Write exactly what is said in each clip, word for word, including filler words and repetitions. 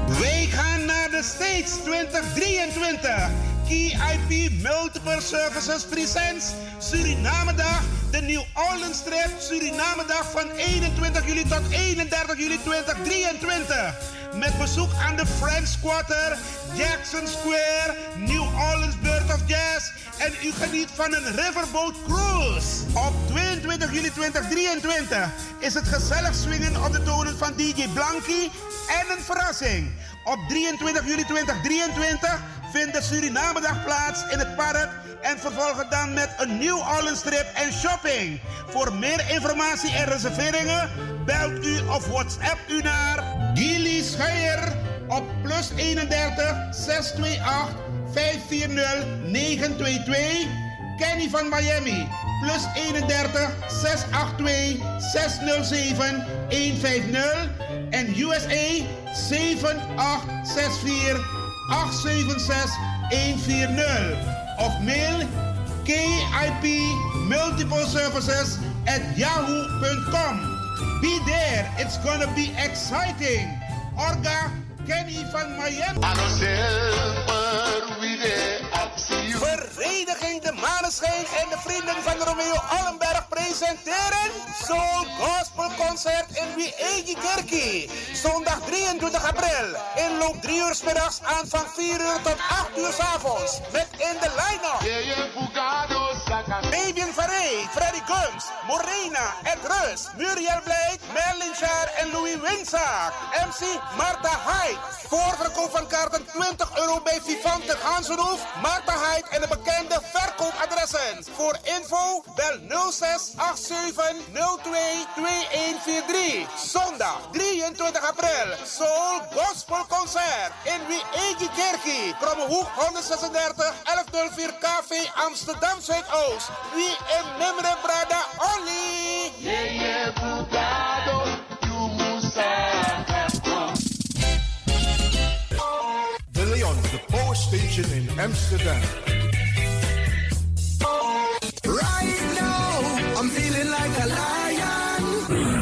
Wij gaan naar de States twintig drieëntwintig. Key I P Multiple Services presents Surinamedag, de New Orleans Trip Surinamedag van eenentwintig juli tot eenendertig juli tweeduizend drieëntwintig. Met bezoek aan de French Quarter, Jackson Square, New Orleans Bird of Jazz en u geniet van een riverboat cruise. Op tweeëntwintig juli tweeduizend drieëntwintig is het gezellig swingen op de tonen van D J Blanky en een verrassing. Op drieëntwintig juli tweeduizend drieëntwintig vindt de Surinamedag plaats in het park en vervolgen dan met een New Orleans trip en shopping. Voor meer informatie en reserveringen belt u of WhatsApp u naar Gilly Scheier op plus eenendertig zeshonderdtweeëntwintig vijfhonderdveertig negenhonderdtweeëntwintig. Kenny van Miami plus eenendertig zeshonderdachtentwintig zeshonderdzeven honderdvijftig en U S A zeven acht zes vier acht zeven zes een vier nul of mail K I P Multiple Services at yahoo dot com. Be there, it's gonna be exciting. Orga Kenny van Miami. Vereniging De Maneschijn en de vrienden van Romeo Allenberg presenteren Soul Gospel Concert in Wiegi-Kerkie. Zondag drieëntwintig april. Inloop drie uur 's middags aan van vier uur tot acht uur 's avonds. Met in de line-up Fabian Farey, Freddy Gums, Morena, Ed Rus, Muriel Blijt, Merlin Schaar en Louis Winsaak. M C Martha Hyde. Voorverkoop van kaarten twintig euro bij Vivante Gansenhoef, Martha Hyde en de bekende verkoopadressen. Voor info bel nul zes acht zeven nul twee twee een vier drie. Zondag drieëntwintig april. Soul Gospel Concert in Wiegi-Kerkie. Krommehoek honderdzesendertig elfhonderdvier K V Amsterdam Zuidoost. Wie in Memre Brada Olly. De Leon, the power station in Amsterdam. Right now, I'm feeling like a lion.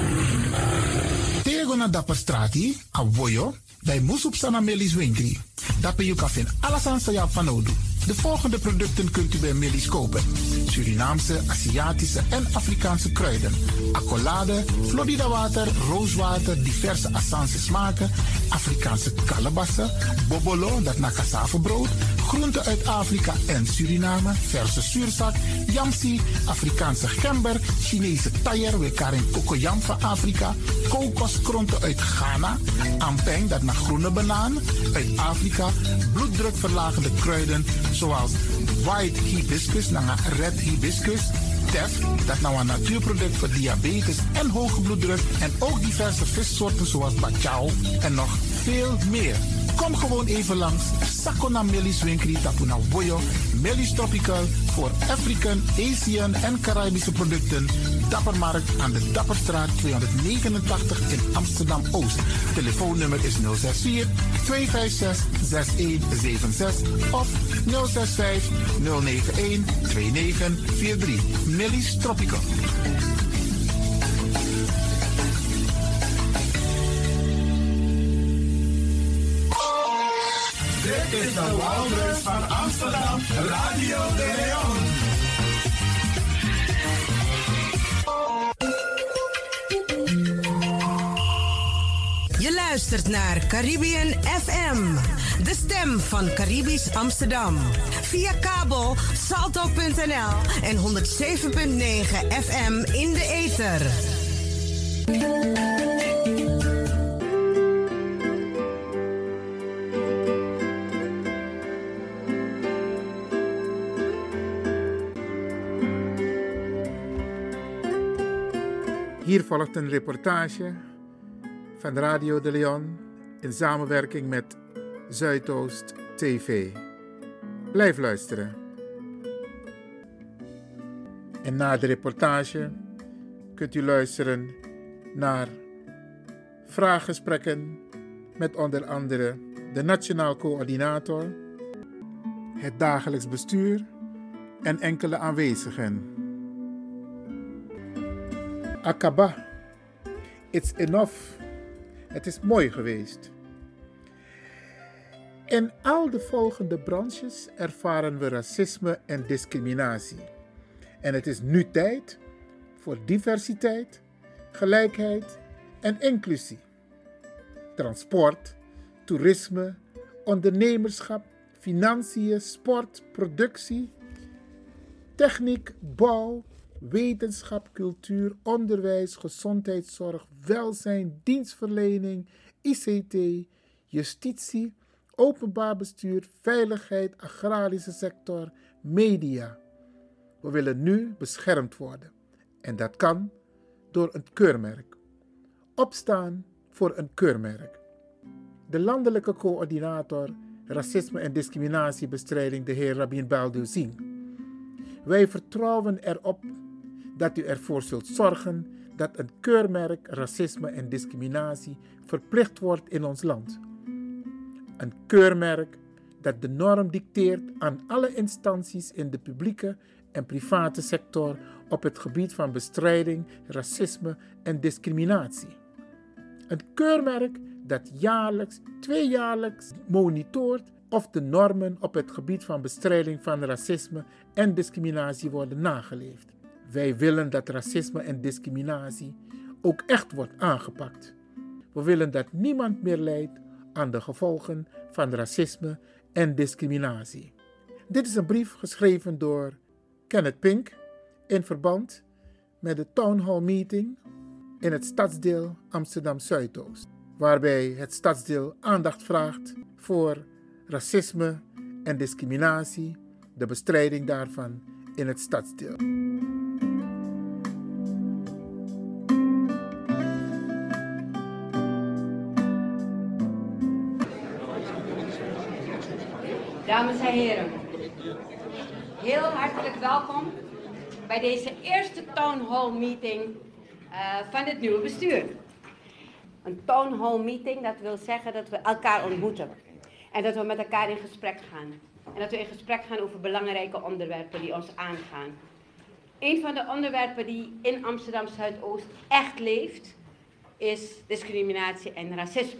Tego na dapper strati, a voyo, bij Moesop Sana Melis Winkri. Dapper you kan vinden alles aan Sayap van Odu. De volgende producten kunt u bij Melis kopen: Surinaamse, Aziatische en Afrikaanse kruiden, accolade, Florida water, rooswater, diverse Assange smaken, Afrikaanse kalebassen, bobolo, dat na cassavebrood, groenten uit Afrika en Suriname, verse zuurzak, yamsi, Afrikaanse gember, Chinese taier, we karing kokoyam van Afrika, kokoskronten uit Ghana, ampeng, dat na groene banaan, uit Afrika, bloeddrukverlagende kruiden zoals white hibiscus, nanga red hibiscus, tef, dat nou een natuurproduct voor diabetes en hoge bloeddruk, en ook diverse vissoorten zoals bachao en nog veel meer. Kom gewoon even langs. Sakona Melis Winkri Tapuna Boyo, Melis Tropical voor African, Asian en Caribische producten. Dappermarkt aan de Dapperstraat tweehonderdnegenentachtig in Amsterdam Oost. Telefoonnummer is nul zes vier twee vijf zes zes een zeven zes of nul zes vijf nul negen een twee negen vier drie. Melis Tropical. Dit is de Wouders van Amsterdam, Radio de Leon. Je luistert naar Caribbean F M, de stem van Caribisch Amsterdam. Via kabel salto punt n l en honderd zeven punt negen F M in de ether. Hier volgt een reportage van Radio de Leon in samenwerking met Zuidoost T V. Blijf luisteren. En na de reportage kunt u luisteren naar vraaggesprekken met onder andere de Nationaal Coördinator, het dagelijks bestuur en enkele aanwezigen. Akaba, it's enough. Het is mooi geweest. In al de volgende branches ervaren we racisme en discriminatie. En het is nu tijd voor diversiteit, gelijkheid en inclusie. Transport, toerisme, ondernemerschap, financiën, sport, productie, techniek, bouw, wetenschap, cultuur, onderwijs, gezondheidszorg, welzijn, dienstverlening, I C T, justitie, openbaar bestuur, veiligheid, agrarische sector, media. We willen nu beschermd worden. En dat kan door een keurmerk. Opstaan voor een keurmerk. De landelijke coördinator Racisme en Discriminatiebestrijding, de heer Rabin Balduzin. Wij vertrouwen erop dat u ervoor zult zorgen dat een keurmerk racisme en discriminatie verplicht wordt in ons land. Een keurmerk dat de norm dicteert aan alle instanties in de publieke en private sector op het gebied van bestrijding, racisme en discriminatie. Een keurmerk dat jaarlijks, tweejaarlijks monitort of de normen op het gebied van bestrijding van racisme en discriminatie worden nageleefd. Wij willen dat racisme en discriminatie ook echt wordt aangepakt. We willen dat niemand meer lijdt aan de gevolgen van racisme en discriminatie. Dit is een brief geschreven door Kenneth Pink in verband met de Town Hall Meeting in het stadsdeel Amsterdam Zuidoost, waarbij het stadsdeel aandacht vraagt voor racisme en discriminatie, de bestrijding daarvan in het stadsdeel. Dames en heren, heel hartelijk welkom bij deze eerste Town Hall Meeting uh, van het nieuwe bestuur. Een Town Hall Meeting, dat wil zeggen dat we elkaar ontmoeten. En dat we met elkaar in gesprek gaan. En dat we in gesprek gaan over belangrijke onderwerpen die ons aangaan. Een van de onderwerpen die in Amsterdam Zuidoost echt leeft, is discriminatie en racisme.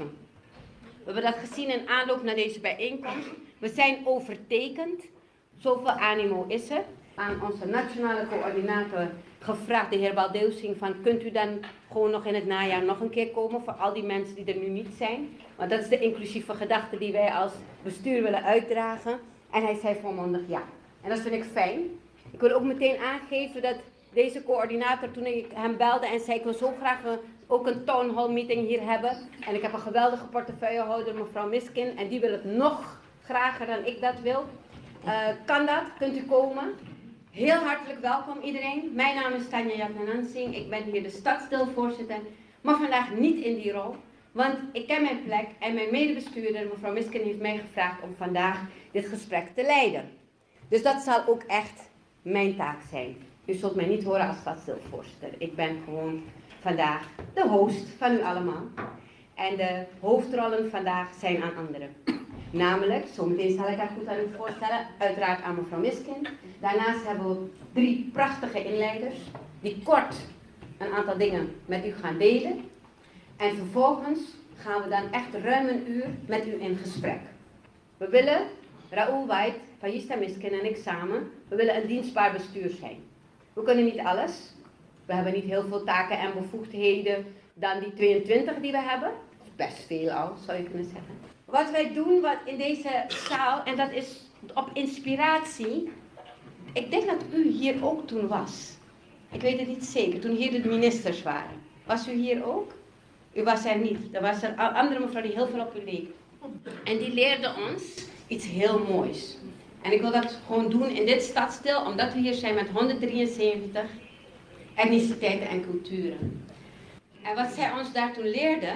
We hebben dat gezien in aanloop naar deze bijeenkomst. We zijn overtekend. Zoveel animo is er. Aan onze nationale coördinator gevraagd, de heer Baldeusing, van kunt u dan gewoon nog in het najaar nog een keer komen voor al die mensen die er nu niet zijn. Want dat is de inclusieve gedachte die wij als bestuur willen uitdragen. En hij zei volmondig ja. En dat vind ik fijn. Ik wil ook meteen aangeven dat deze coördinator, toen ik hem belde en zei ik wil zo graag een, ook een town hall meeting hier hebben. En ik heb een geweldige portefeuillehouder, mevrouw Miskin, en die wil het nog grager dan ik dat wil. Uh, kan dat? Kunt u komen? Heel hartelijk welkom iedereen. Mijn naam is Tanja Jatnanansing. Ik ben hier de stadsdeelvoorzitter, maar vandaag niet in die rol. Want ik ken mijn plek en mijn medebestuurder, mevrouw Miskin, heeft mij gevraagd om vandaag dit gesprek te leiden. Dus dat zal ook echt mijn taak zijn. U zult mij niet horen als stadsdeelvoorzitter. Ik ben gewoon vandaag de host van u allemaal. En de hoofdrollen vandaag zijn aan anderen. Namelijk, zometeen zal ik haar goed aan u voorstellen, uiteraard aan mevrouw Miskin. Daarnaast hebben we drie prachtige inleiders die kort een aantal dingen met u gaan delen. En vervolgens gaan we dan echt ruim een uur met u in gesprek. We willen, Raoul White, Fayista Miskin en ik samen, we willen een dienstbaar bestuur zijn. We kunnen niet alles. We hebben niet heel veel taken en bevoegdheden dan die tweeëntwintig die we hebben. Dat is best veel al, zou je kunnen zeggen. Wat wij doen wat in deze zaal, en dat is op inspiratie. Ik denk dat u hier ook toen was. Ik weet het niet zeker, toen hier de ministers waren. Was u hier ook? U was er niet. Er was een andere mevrouw die heel veel op u leek. En die leerde ons iets heel moois. En ik wil dat gewoon doen in dit stadsdeel, omdat we hier zijn met honderddrieënzeventig etniciteiten en culturen. En wat zij ons daar toen leerde,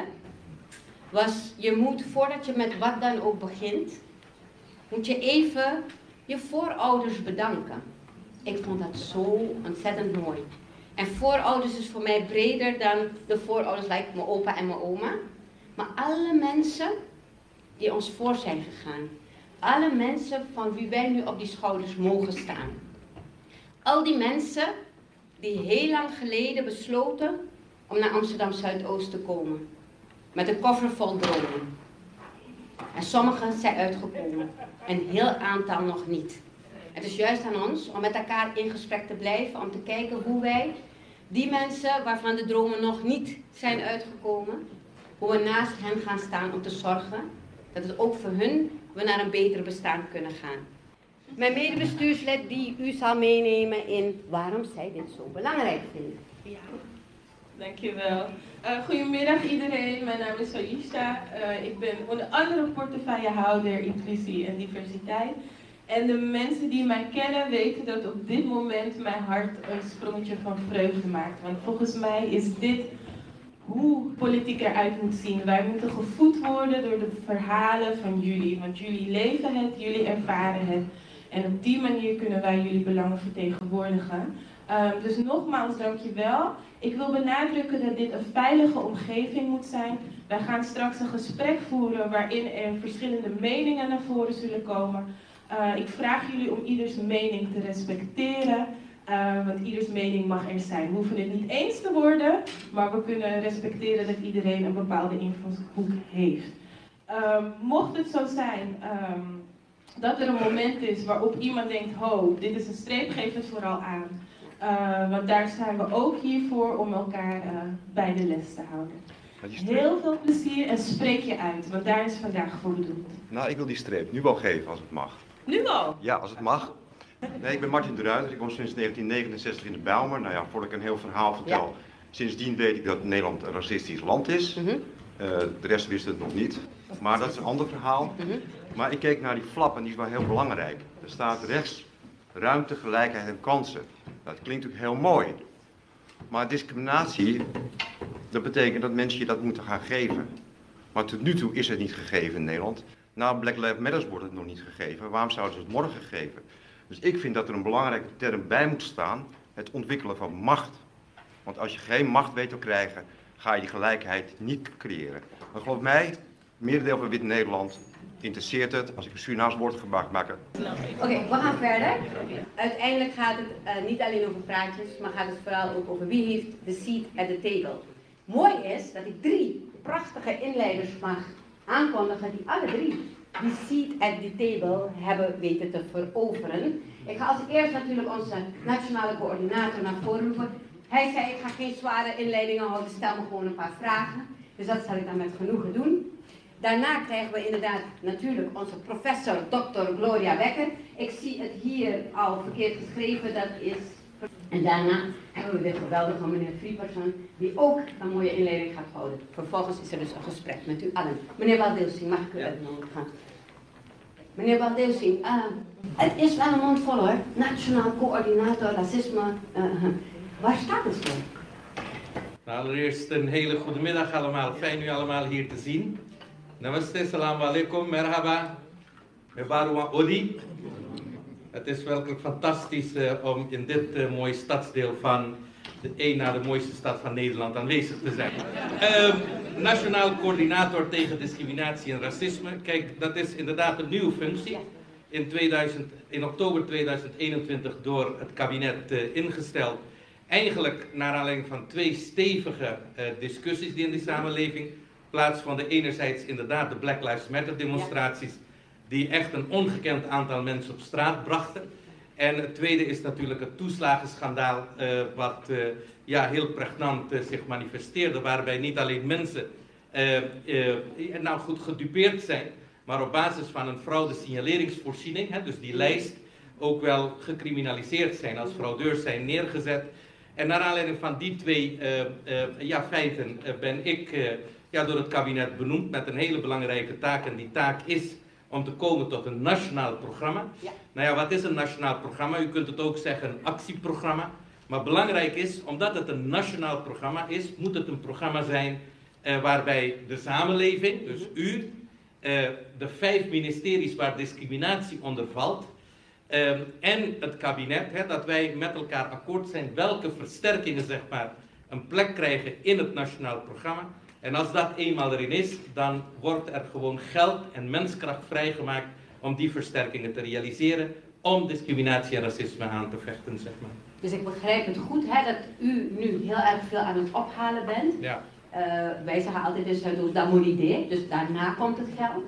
was je moet, voordat je met wat dan ook begint, moet je even je voorouders bedanken. Ik vond dat zo ontzettend mooi. En voorouders is voor mij breder dan de voorouders, lijkt mijn opa en mijn oma. Maar alle mensen die ons voor zijn gegaan. Alle mensen van wie wij nu op die schouders mogen staan. Al die mensen die heel lang geleden besloten om naar Amsterdam Zuidoost te komen. Met een koffer vol dromen. En sommigen zijn uitgekomen. Een heel aantal nog niet. Het is juist aan ons om met elkaar in gesprek te blijven. Om te kijken hoe wij die mensen waarvan de dromen nog niet zijn uitgekomen. Hoe we naast hen gaan staan om te zorgen dat het ook voor hun we naar een beter bestaan kunnen gaan. Mijn medebestuurslid die u zal meenemen in waarom zij dit zo belangrijk vindt. Ja, dankjewel. Uh, goedemiddag iedereen, mijn naam is Aisha. Uh, ik ben onder andere portefeuillehouder inclusie en diversiteit. En de mensen die mij kennen weten dat op dit moment mijn hart een sprongetje van vreugde maakt. Want volgens mij is dit hoe politiek eruit moet zien. Wij moeten gevoed worden door de verhalen van jullie. Want jullie leven het, jullie ervaren het. En op die manier kunnen wij jullie belangen vertegenwoordigen. Um, dus nogmaals, dankjewel. Ik wil benadrukken dat dit een veilige omgeving moet zijn. Wij gaan straks een gesprek voeren waarin er verschillende meningen naar voren zullen komen. Uh, ik vraag jullie om ieders mening te respecteren. Uh, want ieders mening mag er zijn. We hoeven het niet eens te worden, maar we kunnen respecteren dat iedereen een bepaalde invalshoek heeft. Um, mocht het zo zijn um, dat er een moment is waarop iemand denkt, ho, dit is een streep, geef het vooral aan. Uh, want daar zijn we ook hiervoor om elkaar uh, bij de les te houden. Heel veel plezier en spreek je uit, want daar is vandaag voor bedoeld. Nou, ik wil die streep nu wel geven als het mag. Nu al? Ja, als het mag. Nee, ik ben Martin de Ruiter, ik woon sinds negentien negenenzestig in de Bijlmer. Nou ja, voordat ik een heel verhaal vertel, ja. Sindsdien weet ik dat Nederland een racistisch land is. Mm-hmm. uh, de rest wist het nog niet. Maar dat is een ander verhaal. Mm-hmm. Maar ik keek naar die flap en die is wel heel belangrijk. Er staat rechts ruimte, gelijkheid en kansen. Dat klinkt natuurlijk heel mooi. Maar discriminatie, dat betekent dat mensen je dat moeten gaan geven. Maar tot nu toe is het niet gegeven in Nederland. Na Black Lives Matter wordt het nog niet gegeven. Waarom zouden ze het morgen geven? Dus ik vind dat er een belangrijke term bij moet staan, het ontwikkelen van macht. Want als je geen macht weet te krijgen, ga je die gelijkheid niet creëren. Maar geloof mij, merendeel van Wit-Nederland interesseert het als ik een Surinaams woord gebruik maak. Oké, okay, we gaan verder. Uiteindelijk gaat het uh, niet alleen over praatjes, maar gaat het vooral ook over wie heeft de seat at the table. Mooi is dat ik drie prachtige inleiders mag aankondigen die alle drie die seat at the table hebben weten te veroveren. Ik ga als eerst natuurlijk onze nationale coördinator naar voren roepen. Hij zei, ik ga geen zware inleidingen houden, stel me gewoon een paar vragen. Dus dat zal ik dan met genoegen doen. Daarna krijgen we inderdaad natuurlijk onze professor dokter Gloria Wekker. Ik zie het hier al verkeerd geschreven, dat is... En daarna hebben we de geweldige meneer Frieperson, die ook een mooie inleiding gaat houden. Vervolgens is er dus een gesprek met u allen. Meneer Baldeusing, mag ik u uitnodigen? Meneer Baldeusing, uh, het is wel een mond vol hoor. Nationaal coördinator racisme. Uh, waar staat het voor? Nou, allereerst een hele goede middag allemaal. Fijn u allemaal hier te zien. Namaste, salam alaikum, merhaba. Mebaruwa Odi. Het is werkelijk fantastisch uh, om in dit uh, mooie stadsdeel van de een na de mooiste stad van Nederland aanwezig te zijn. Uh, Nationaal coördinator tegen discriminatie en racisme. Kijk, dat is inderdaad een nieuwe functie. In, tweeduizend, in oktober tweeduizend eenentwintig door het kabinet uh, ingesteld. Eigenlijk naar aanleiding van twee stevige uh, discussies die in de samenleving plaatsvonden. Enerzijds inderdaad de Black Lives Matter demonstraties. Die echt een ongekend aantal mensen op straat brachten. En het tweede is natuurlijk het toeslagenschandaal, uh, wat uh, ja, heel pregnant uh, zich manifesteerde, waarbij niet alleen mensen uh, uh, nou goed gedupeerd zijn, maar op basis van een fraude-signaleringsvoorziening, hè, dus die lijst, ook wel gecriminaliseerd zijn, als fraudeurs zijn neergezet. En naar aanleiding van die twee uh, uh, ja, feiten uh, ben ik uh, ja, door het kabinet benoemd met een hele belangrijke taak. En die taak is om te komen tot een nationaal programma. Ja. Nou ja, wat is een nationaal programma? U kunt het ook zeggen een actieprogramma. Maar belangrijk is, omdat het een nationaal programma is, moet het een programma zijn uh, waarbij de samenleving, dus u, uh, de vijf ministeries waar discriminatie onder valt, uh, en het kabinet, hè, dat wij met elkaar akkoord zijn welke versterkingen, zeg maar, een plek krijgen in het nationaal programma. En als dat eenmaal erin is, dan wordt er gewoon geld en menskracht vrijgemaakt om die versterkingen te realiseren, om discriminatie en racisme aan te vechten, zeg maar. Dus ik begrijp het goed, hè, dat u nu heel erg veel aan het ophalen bent. Ja. Uh, wij zeggen altijd dus, dat moet idee, dus daarna komt het geld.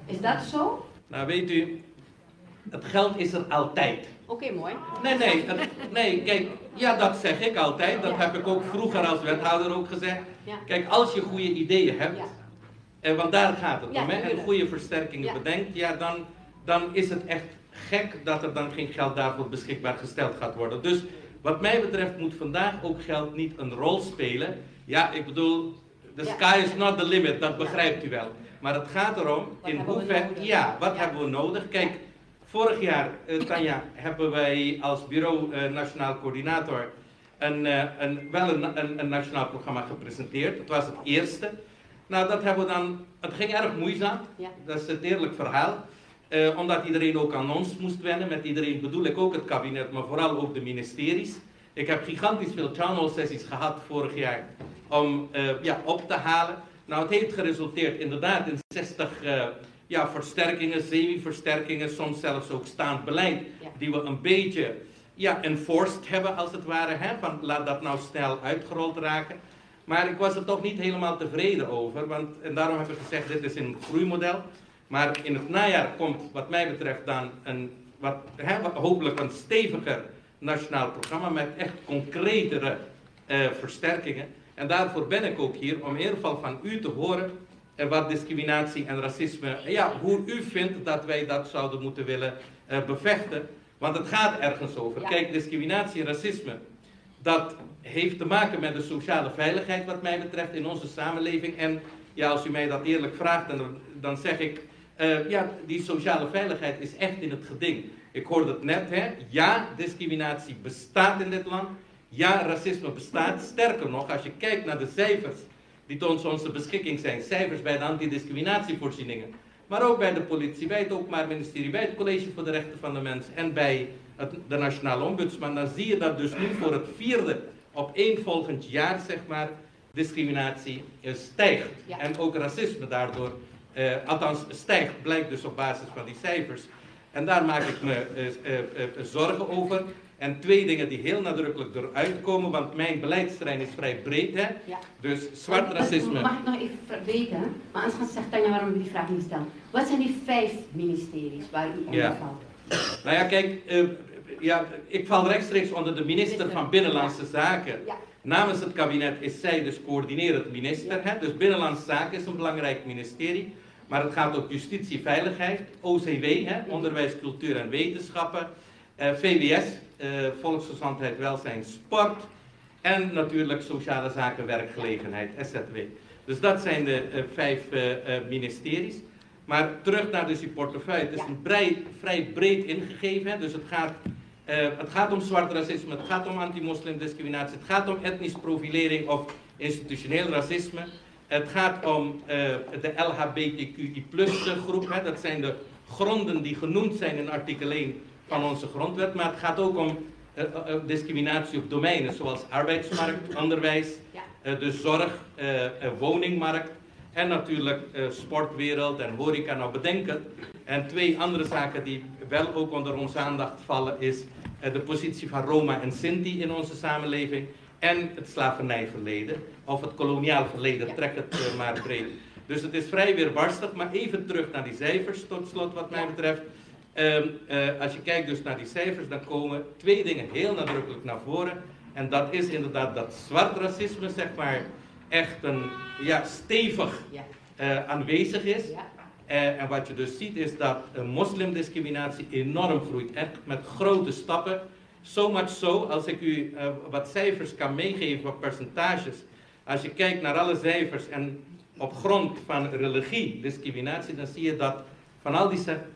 Is dat zo? Nou weet u, het geld is er altijd. Oké, okay, mooi. Nee, nee, het, nee, kijk, ja dat zeg ik altijd. Dat ja. heb ik ook vroeger als wethouder ook gezegd. Ja. Kijk, als je goede ideeën hebt, ja. en want daar gaat het ja, om, hè, en goede versterkingen ja. bedenkt, ja, dan, dan is het echt gek dat er dan geen geld daarvoor beschikbaar gesteld gaat worden. Dus wat mij betreft moet vandaag ook geld niet een rol spelen. Ja, ik bedoel, the ja. sky is not the limit, dat begrijpt u wel. Maar het gaat erom, wat in hoeverre, ja, wat ja. hebben we nodig? Kijk, vorig jaar, uh, Tanja, hebben wij als bureau uh, Nationaal Coördinator een, uh, een, wel een, een, een nationaal programma gepresenteerd. Het was het eerste. Nou, dat hebben we dan, het ging erg moeizaam, ja. dat is het eerlijk verhaal. Uh, omdat iedereen ook aan ons moest wennen. Met iedereen bedoel ik ook het kabinet, maar vooral ook de ministeries. Ik heb gigantisch veel town hall sessies gehad vorig jaar om uh, ja, op te halen. Nou, het heeft geresulteerd inderdaad in zestig uh, ja, versterkingen, semi-versterkingen, soms zelfs ook staand beleid, ja. die we een beetje ja, enforced hebben als het ware, hè, van laat dat nou snel uitgerold raken. Maar ik was er toch niet helemaal tevreden over, want, en daarom heb ik gezegd, dit is een groeimodel. Maar in het najaar komt wat mij betreft dan een, wat, hè, hopelijk een steviger nationaal programma met echt concretere uh, versterkingen. En daarvoor ben ik ook hier om in ieder geval van u te horen uh, wat discriminatie en racisme, uh, ja, hoe u vindt dat wij dat zouden moeten willen uh, bevechten. Want het gaat ergens over. Ja. Kijk, discriminatie en racisme, dat heeft te maken met de sociale veiligheid wat mij betreft in onze samenleving. En ja, als u mij dat eerlijk vraagt, dan, dan zeg ik, uh, ja, die sociale veiligheid is echt in het geding. Ik hoorde het net, hè. Ja, discriminatie bestaat in dit land. Ja, racisme bestaat. Sterker nog, als je kijkt naar de cijfers die tot onze beschikking zijn, cijfers bij de antidiscriminatievoorzieningen, maar ook bij de politie, bij het Openbaar Ministerie, bij het College voor de Rechten van de Mens en bij het, de Nationale Ombudsman, dan zie je dat dus nu voor het vierde op één volgend jaar, zeg maar, discriminatie uh, stijgt. Ja. En ook racisme daardoor, uh, althans stijgt, blijkt dus op basis van die cijfers. En daar maak ik me uh, uh, uh, zorgen over. En twee dingen die heel nadrukkelijk eruit komen, want mijn beleidsterrein is vrij breed, hè. Ja. Dus zwart racisme. Mag ik nog even weten, maar anders zegt Tanja waarom ik die vraag niet stel. Wat zijn die vijf ministeries waar u onder ja. valt? Nou ja, kijk, uh, ja, ik val rechtstreeks onder de minister, minister. van Binnenlandse ja. Zaken. Ja. Namens het kabinet is zij dus coördinerend minister, ja. hè. Dus Binnenlandse Zaken is een belangrijk ministerie. Maar het gaat ook justitie, veiligheid, O C W, hè, onderwijs, cultuur en wetenschappen, uh, V W S, uh, volksgezondheid, welzijn, sport en natuurlijk sociale zaken, werkgelegenheid, S Z W. Dus dat zijn de uh, vijf uh, uh, ministeries. Maar terug naar dus die portefeuille. Het is een brei, vrij breed ingegeven, hè, dus het gaat, uh, het gaat om zwart racisme, het gaat om anti-moslimdiscriminatie, het gaat om etnische profilering of institutioneel racisme. Het gaat om uh, de L H B T Q I plus groep, hè. Dat zijn de gronden die genoemd zijn in artikel één van onze grondwet. Maar het gaat ook om uh, uh, discriminatie op domeinen zoals arbeidsmarkt, onderwijs, uh, de zorg, uh, uh, woningmarkt en natuurlijk uh, sportwereld en horeca. Nou bedenken. En twee andere zaken die wel ook onder onze aandacht vallen is uh, de positie van Roma en Sinti in onze samenleving. En het slavernijverleden, of het koloniaal verleden, ja. trek het uh, maar breed. Dus het is vrij weerbarstig, maar even terug naar die cijfers tot slot wat mij betreft. Um, uh, als je kijkt dus naar die cijfers, dan komen twee dingen heel nadrukkelijk naar voren. En dat is inderdaad dat zwart racisme, zeg maar, echt een, ja, stevig uh, aanwezig is. Ja. Uh, en wat je dus ziet is dat uh, moslimdiscriminatie enorm groeit, echt met grote stappen. So much so, als ik u uh, wat cijfers kan meegeven, wat percentages. Als je kijkt naar alle cijfers en op grond van religie, discriminatie, dan zie je dat van al die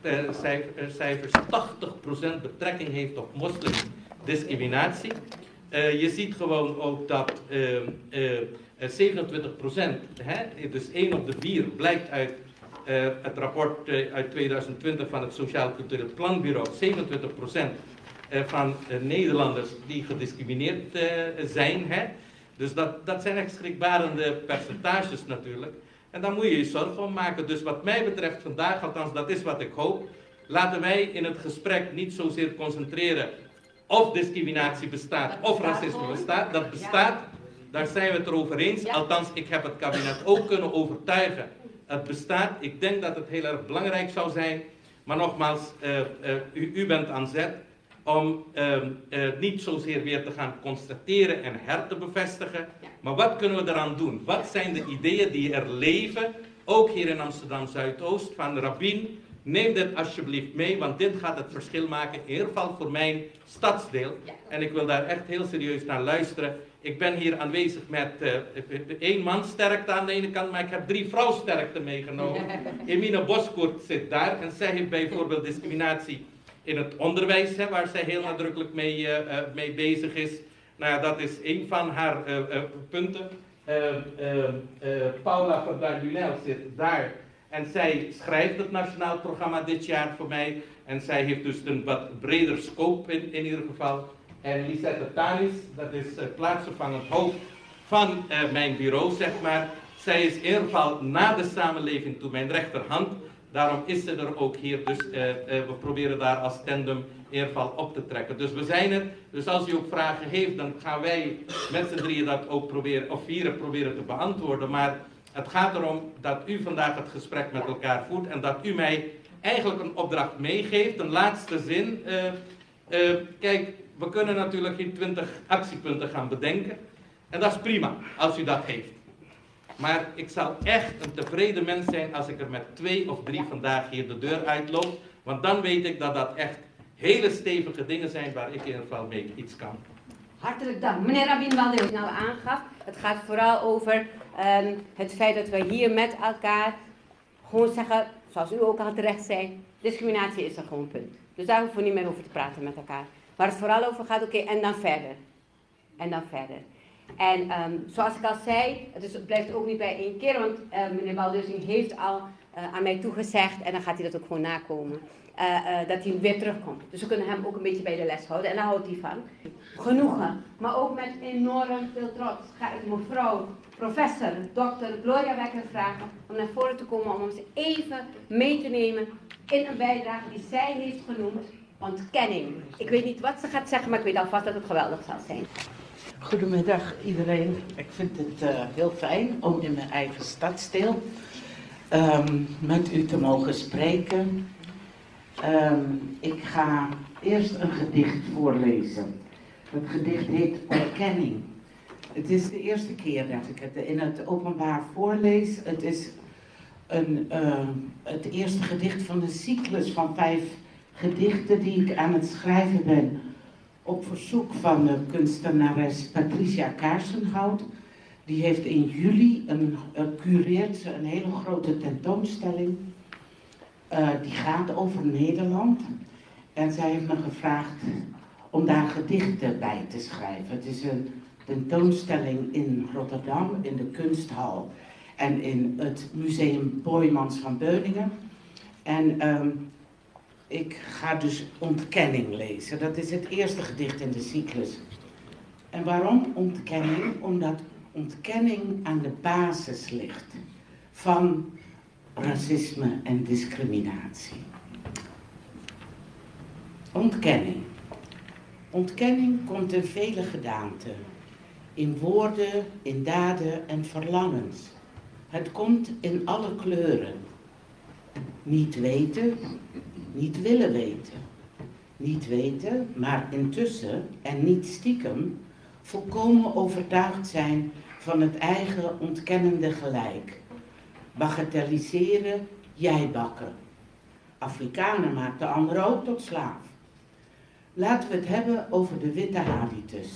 cijfers tachtig procent betrekking heeft op moslimdiscriminatie. Uh, je ziet gewoon ook dat uh, uh, zevenentwintig procent, hè, dus één op de vier, blijkt uit uh, het rapport uh, uit tweeduizend twintig van het Sociaal Cultureel Planbureau, zevenentwintig procent. Van uh, Nederlanders die gediscrimineerd uh, zijn. Hè? Dus dat, dat zijn echt schrikbarende percentages natuurlijk. En daar moet je je zorgen om maken. Dus wat mij betreft vandaag, althans dat is wat ik hoop, laten wij in het gesprek niet zozeer concentreren of discriminatie bestaat of racisme bestaat. Dat bestaat, daar zijn we het erover eens. Althans, ik heb het kabinet ook kunnen overtuigen Het bestaat. Ik denk dat het heel erg belangrijk zou zijn. Maar nogmaals, uh, uh, u, u bent aan zet om uh, uh, niet zozeer weer te gaan constateren en her te bevestigen. Maar wat kunnen we eraan doen? Wat zijn de ideeën die er leven, ook hier in Amsterdam Zuidoost, van Rabin? Neem dit alsjeblieft mee, want dit gaat het verschil maken, in ieder geval voor mijn stadsdeel. En ik wil daar echt heel serieus naar luisteren. Ik ben hier aanwezig met uh, één man sterkte aan de ene kant, maar ik heb drie vrouwsterkte meegenomen. Emine Boskoert zit daar en zij heeft bijvoorbeeld discriminatie in het onderwijs, hè, waar zij heel nadrukkelijk mee, uh, uh, mee bezig is. Nou ja, dat is een van haar uh, uh, punten. Uh, uh, uh, Paula van Darnunel zit daar. En zij schrijft het nationaal programma dit jaar voor mij. En zij heeft dus een wat breder scope in, in ieder geval. En Lisette Tanis, dat is uh, plaatsvervangend hoofd van uh, mijn bureau, zeg maar. Zij is in ieder geval na de samenleving toe mijn rechterhand. Daarom is ze er ook hier. Dus uh, uh, we proberen daar als tandem in ieder geval op te trekken. Dus we zijn er. Dus als u ook vragen heeft, dan gaan wij met z'n drieën dat ook proberen, of vieren proberen te beantwoorden. Maar het gaat erom dat u vandaag het gesprek met elkaar voert en dat u mij eigenlijk een opdracht meegeeft. Een laatste zin. Uh, uh, kijk, we kunnen natuurlijk geen twintig actiepunten gaan bedenken. En dat is prima, als u dat heeft. Maar ik zal echt een tevreden mens zijn als ik er met twee of drie vandaag hier de deur uitloop. Want dan weet ik dat dat echt hele stevige dingen zijn waar ik in ieder geval mee iets kan. Hartelijk dank. Meneer Rabin Walde nou aangaf, het gaat vooral over um, het feit dat we hier met elkaar gewoon zeggen, zoals u ook al terecht zei, discriminatie is er gewoon punt. Dus daar hoeven we niet meer over te praten met elkaar. Waar het vooral over gaat, oké, okay, en dan verder. En dan verder. En um, zoals ik al zei, het, is, het blijft ook niet bij één keer, want uh, meneer Waldeusing heeft al uh, aan mij toegezegd, en dan gaat hij dat ook gewoon nakomen, uh, uh, dat hij weer terugkomt. Dus we kunnen hem ook een beetje bij de les houden, en daar houdt hij van. Genoegen, maar ook met enorm veel trots ga ik mevrouw, professor, dokter Gloria Wekker vragen om naar voren te komen om ons even mee te nemen in een bijdrage die zij heeft genoemd, ontkenning. Ik weet niet wat ze gaat zeggen, maar ik weet alvast dat het geweldig zal zijn. Goedemiddag iedereen. Ik vind het uh, heel fijn om in mijn eigen stadsdeel um, met u te mogen spreken. Um, ik ga eerst een gedicht voorlezen. Het gedicht heet Ontkenning. Het is de eerste keer dat ik het in het openbaar voorlees. Het is een, uh, het eerste gedicht van een cyclus van vijf gedichten die ik aan het schrijven ben. Op verzoek van de kunstenares Patricia Kaarsenhout. Die heeft in juli een, uh, cureert ze een hele grote tentoonstelling. Uh, die gaat over Nederland. En zij heeft me gevraagd om daar gedichten bij te schrijven. Het is een tentoonstelling in Rotterdam, in de Kunsthal. En in het Museum Boijmans van Beuningen. En um, ik ga dus Ontkenning lezen. Dat is het eerste gedicht in de cyclus. En waarom ontkenning? Omdat ontkenning aan de basis ligt van racisme en discriminatie. Ontkenning. Ontkenning komt in vele gedaanten. In woorden, in daden en verlangens. Het komt in alle kleuren. Niet weten, niet willen weten. Niet weten, maar intussen, en niet stiekem, volkomen overtuigd zijn van het eigen ontkennende gelijk. Bagatelliseren, jij bakken. Afrikaner maakt de ander ook tot slaaf. Laten we het hebben over de witte habitus.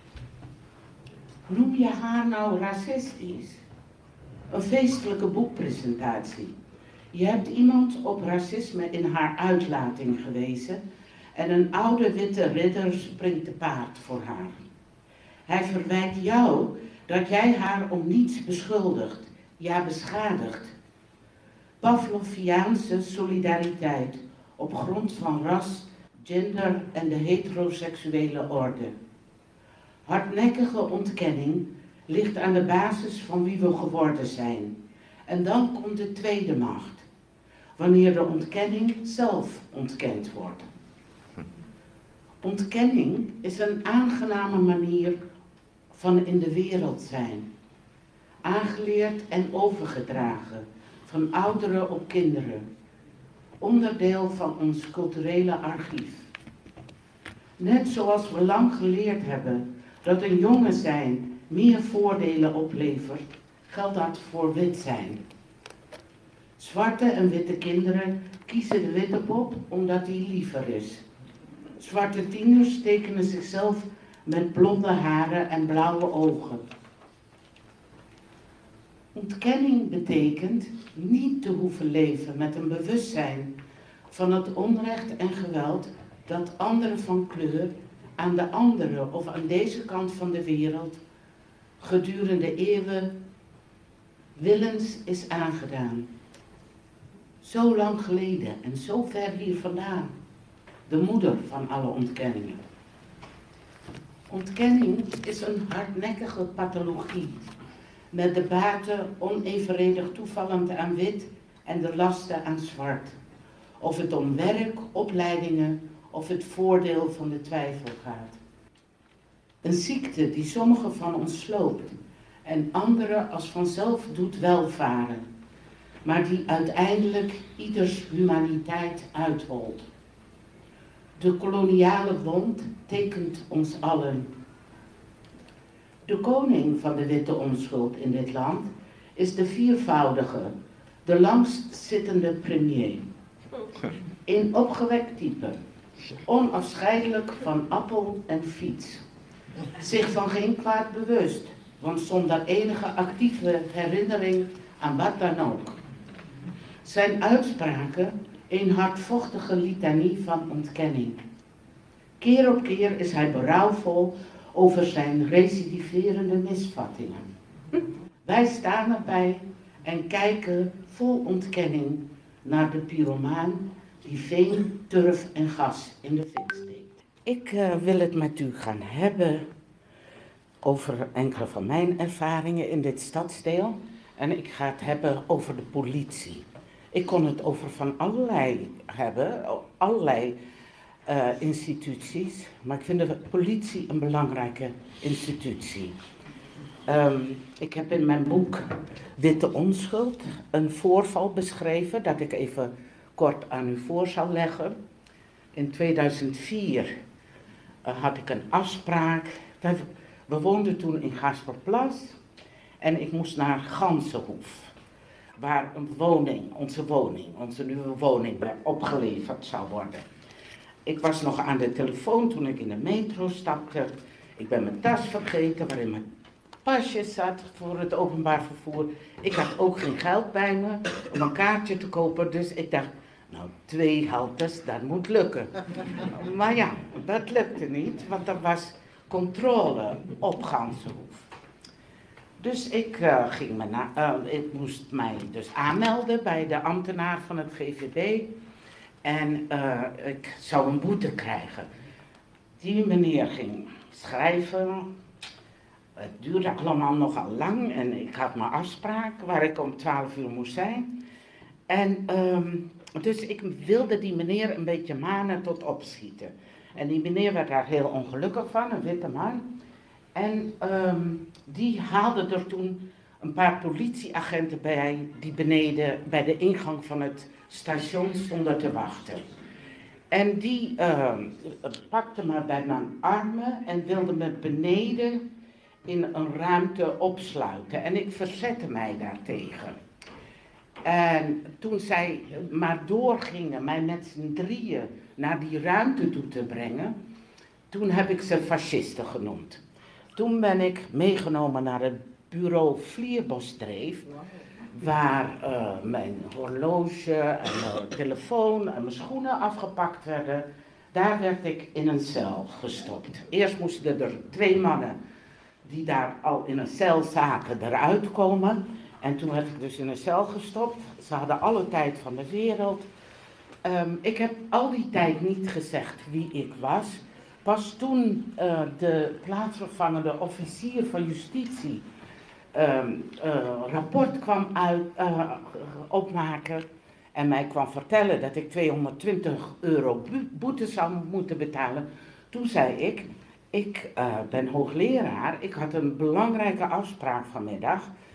Noem je haar nou racistisch? Een feestelijke boekpresentatie. Je hebt iemand op racisme in haar uitlating gewezen en een oude witte ridder springt te paard voor haar. Hij verwijt jou dat jij haar om niets beschuldigt, ja beschadigt. Pavloviaanse solidariteit op grond van ras, gender en de heteroseksuele orde. Hardnekkige ontkenning ligt aan de basis van wie we geworden zijn. En dan komt de tweede macht, wanneer de ontkenning zelf ontkend wordt. Ontkenning is een aangename manier van in de wereld zijn. Aangeleerd en overgedragen van ouderen op kinderen. Onderdeel van ons culturele archief. Net zoals we lang geleerd hebben dat een jongen zijn meer voordelen oplevert, geldt dat voor wit zijn. Zwarte en witte kinderen kiezen de witte pop omdat die liever is. Zwarte tieners tekenen zichzelf met blonde haren en blauwe ogen. Ontkenning betekent niet te hoeven leven met een bewustzijn van het onrecht en geweld dat anderen van kleur aan de andere of aan deze kant van de wereld gedurende eeuwen willens is aangedaan. Zo lang geleden en zo ver hier vandaan. De moeder van alle ontkenningen. Ontkenning is een hardnekkige pathologie, met de baten onevenredig toevallend aan wit en de lasten aan zwart. Of het om werk, opleidingen of het voordeel van de twijfel gaat. Een ziekte die sommigen van ons sloopt en anderen als vanzelf doet welvaren, maar die uiteindelijk ieders humaniteit uitholt. De koloniale wond tekent ons allen. De koning van de witte onschuld in dit land is de viervoudige, de langstzittende premier. Een opgewekt type, onafscheidelijk van appel en fiets. Zich van geen kwaad bewust, want zonder enige actieve herinnering aan wat dan ook. Zijn uitspraken een hardvochtige litanie van ontkenning. Keer op keer is hij berouwvol over zijn recidiverende misvattingen. Wij staan erbij en kijken vol ontkenning naar de pyromaan die veen, turf en gas in de fik steekt. Ik uh, wil het met u gaan hebben over enkele van mijn ervaringen in dit stadsdeel. En ik ga het hebben over de politie. Ik kon het over van allerlei hebben, allerlei uh, instituties. Maar ik vind de politie een belangrijke institutie. Um, ik heb in mijn boek Witte Onschuld een voorval beschreven dat ik even kort aan u voor zal leggen. In tweeduizend vier uh, had ik een afspraak. We, we woonden toen in Gasperplas en ik moest naar Ganzenhoef, waar een woning, onze woning, onze nieuwe woning opgeleverd zou worden. Ik was nog aan de telefoon toen ik in de metro stapte. Ik ben mijn tas vergeten waarin mijn pasje zat voor het openbaar vervoer. Ik had ook geen geld bij me om een kaartje te kopen, dus ik dacht, nou, twee haltes, dat moet lukken. Maar ja, dat lukte niet, want er was controle op Ganzenhoef. Dus ik, uh, ging me na, uh, ik moest mij dus aanmelden bij de ambtenaar van het G V D en uh, ik zou een boete krijgen. Die meneer ging schrijven. Het duurde allemaal nogal lang en ik had mijn afspraak waar ik om twaalf uur moest zijn. En um, dus ik wilde die meneer een beetje manen tot opschieten. En die meneer werd daar heel ongelukkig van, een witte man. En um, die haalde er toen een paar politieagenten bij die beneden bij de ingang van het station stonden te wachten. En die uh, pakte me bij mijn armen en wilde me beneden in een ruimte opsluiten. En ik verzette mij daartegen. En toen zij maar doorgingen mij met z'n drieën naar die ruimte toe te brengen, toen heb ik ze fascisten genoemd. Toen ben ik meegenomen naar het bureau Vlierbosdreef, waar uh, mijn horloge en mijn telefoon en mijn schoenen afgepakt werden. Daar werd ik in een cel gestopt. Eerst moesten er twee mannen die daar al in een cel zaten eruit komen. En toen werd ik dus in een cel gestopt. Ze hadden alle tijd van de wereld. Um, ik heb al die tijd niet gezegd wie ik was. Pas toen uh, de plaatsvervangende officier van justitie um, uh, rapport kwam uit, uh, opmaken en mij kwam vertellen dat ik tweehonderdtwintig euro boete zou moeten betalen. Toen zei ik, ik uh, ben hoogleraar, ik had een belangrijke afspraak vanmiddag.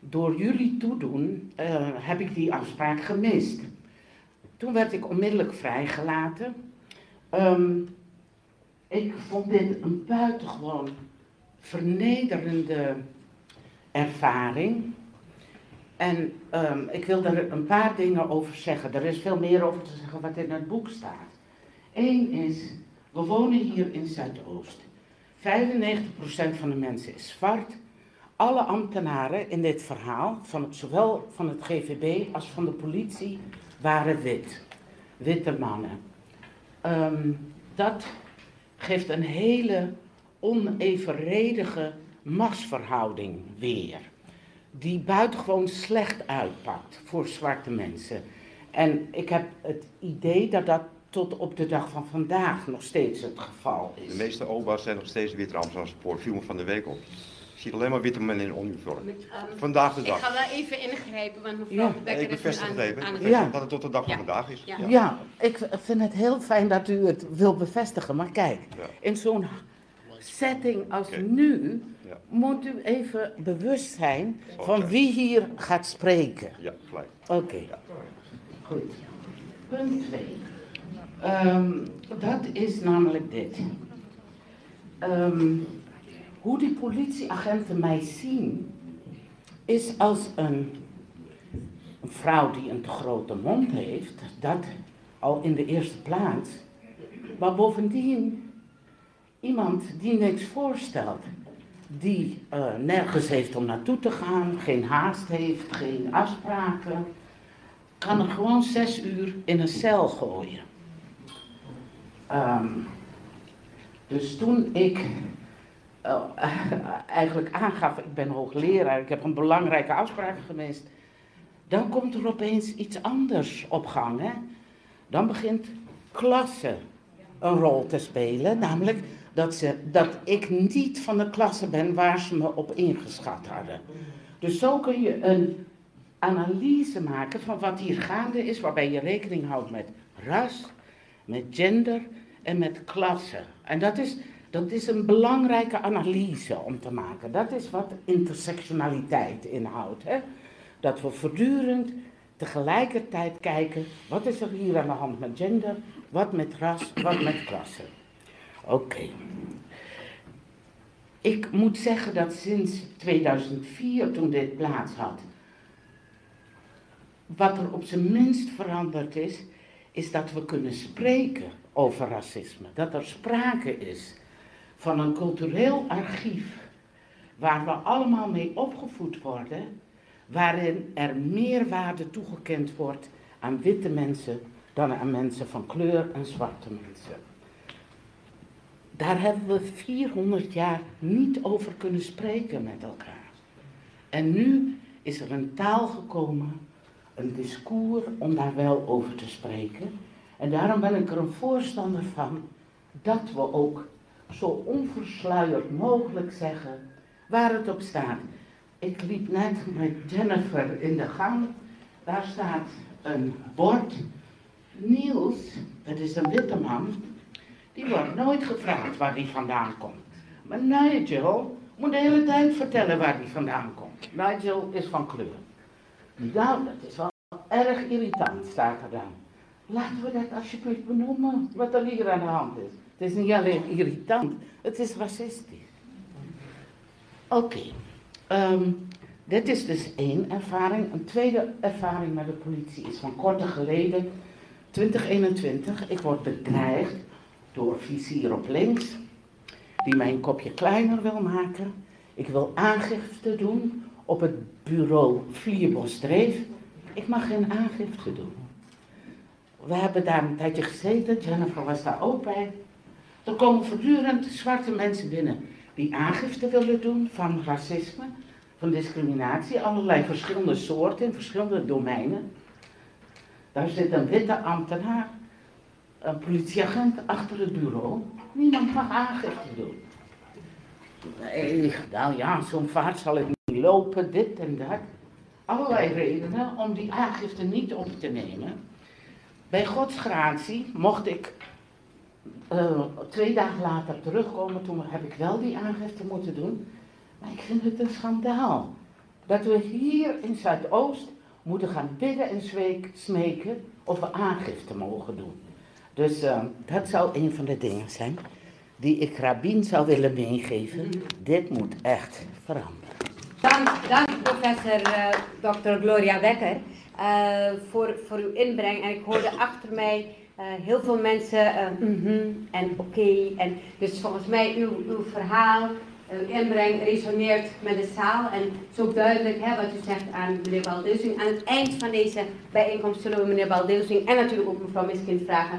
door jullie toedoen uh, heb ik die afspraak gemist. Toen werd ik onmiddellijk vrijgelaten. Um, ik vond dit een buitengewoon vernederende ervaring. En um, ik wil er een paar dingen over zeggen. Er is veel meer over te zeggen wat in het boek staat. Eén is, we wonen hier in Zuidoost. vijfennegentig procent van de mensen is zwart. Alle ambtenaren in dit verhaal, van het, zowel van het G V B als van de politie, waren wit. Witte mannen. Um, dat geeft een hele onevenredige machtsverhouding weer. Die buitengewoon slecht uitpakt voor zwarte mensen. En ik heb het idee dat dat tot op de dag van vandaag nog steeds het geval is. De meeste oba's zijn nog steeds witte Amsterdamse poort. Viel me van de week op. Ik zie alleen maar witte mannen in uniform. Um, vandaag de dag. Ik ga wel even ingrijpen, want mevrouw ja. de Bekker ik bevestig het even. Aan het ja. dat het tot de dag ja. van vandaag is. Ja. Ja. ja, ik vind het heel fijn dat u het wil bevestigen. Maar kijk, ja. in zo'n setting als okay. nu ja. moet u even bewust zijn oh, van wie hier gaat spreken. Ja, gelijk. Oké, okay. ja. Goed. Punt twee. Um, dat is namelijk dit. Um, hoe die politieagenten mij zien, is als een, een vrouw die een te grote mond heeft, dat al in de eerste plaats, maar bovendien iemand die niks voorstelt, die uh, nergens heeft om naartoe te gaan, geen haast heeft, geen afspraken, kan er gewoon zes uur in een cel gooien. Um, dus toen ik uh, eigenlijk aangaf, ik ben hoogleraar, ik heb een belangrijke afspraak gemist, dan komt er opeens iets anders op gang. Hè? Dan begint klasse een rol te spelen, namelijk dat, ze, dat ik niet van de klasse ben waar ze me op ingeschat hadden. Dus zo kun je een analyse maken van wat hier gaande is, waarbij je rekening houdt met ras, met gender en met klasse. En dat is, dat is een belangrijke analyse om te maken. Dat is wat intersectionaliteit inhoudt. Hè? Dat we voortdurend tegelijkertijd kijken, wat is er hier aan de hand met gender, wat met ras, wat met klasse. Oké. Okay. Ik moet zeggen dat sinds tweeduizend vier, toen dit plaats had, wat er op zijn minst veranderd is, is dat we kunnen spreken over racisme. Dat er sprake is van een cultureel archief waar we allemaal mee opgevoed worden, waarin er meer waarde toegekend wordt aan witte mensen dan aan mensen van kleur en zwarte mensen. Daar hebben we vierhonderd jaar niet over kunnen spreken met elkaar. En nu is er een taal gekomen, een discours om daar wel over te spreken. En daarom ben ik er een voorstander van dat we ook zo onversluierd mogelijk zeggen waar het op staat. Ik liep net met Jennifer in de gang, daar staat een bord. Niels, dat is een witte man, die wordt nooit gevraagd waar hij vandaan komt. Maar Nigel moet de hele tijd vertellen waar hij vandaan komt. Nigel is van kleur. Nou, dat is wel erg irritant, staat er dan. Laten we dat alsjeblieft benoemen, wat er hier aan de hand is. Het is niet alleen irritant, het is racistisch. Oké, okay. um, dit is dus één ervaring. Een tweede ervaring met de politie is van korte geleden, twintig eenentwintig. Ik word bedreigd door officier op links, die mij een kopje kleiner wil maken. Ik wil aangifte doen op het bureau Vlierbosdreef. Ik mag geen aangifte doen. We hebben daar een tijdje gezeten, Jennifer was daar ook bij. Er komen voortdurend zwarte mensen binnen die aangifte willen doen van racisme, van discriminatie, allerlei verschillende soorten in verschillende domeinen. Daar zit een witte ambtenaar, een politieagent achter het bureau. Niemand mag aangifte doen. Nee, nou ja, zo'n vaart zal ik niet lopen, dit en dat. Allerlei redenen om die aangifte niet op te nemen. Bij Gods gratie mocht ik uh, twee dagen later terugkomen, toen heb ik wel die aangifte moeten doen. Maar ik vind het een schandaal dat we hier in Zuidoost moeten gaan bidden en zweek, smeken of we aangifte mogen doen. Dus uh, dat zou een van de dingen zijn die ik Rabin zou willen meegeven. Dit moet echt veranderen. Dank, dank professor uh, dokter Gloria Wekker uh, voor, voor uw inbreng. En ik hoorde achter mij uh, heel veel mensen uh, mm-hmm en oké. Okay. En dus volgens mij uw, uw verhaal, uw inbreng resoneert met de zaal. En het is ook duidelijk hè, wat u zegt aan meneer Baldeusing. Aan het eind van deze bijeenkomst zullen we meneer Baldeusing en natuurlijk ook mevrouw Miskind vragen.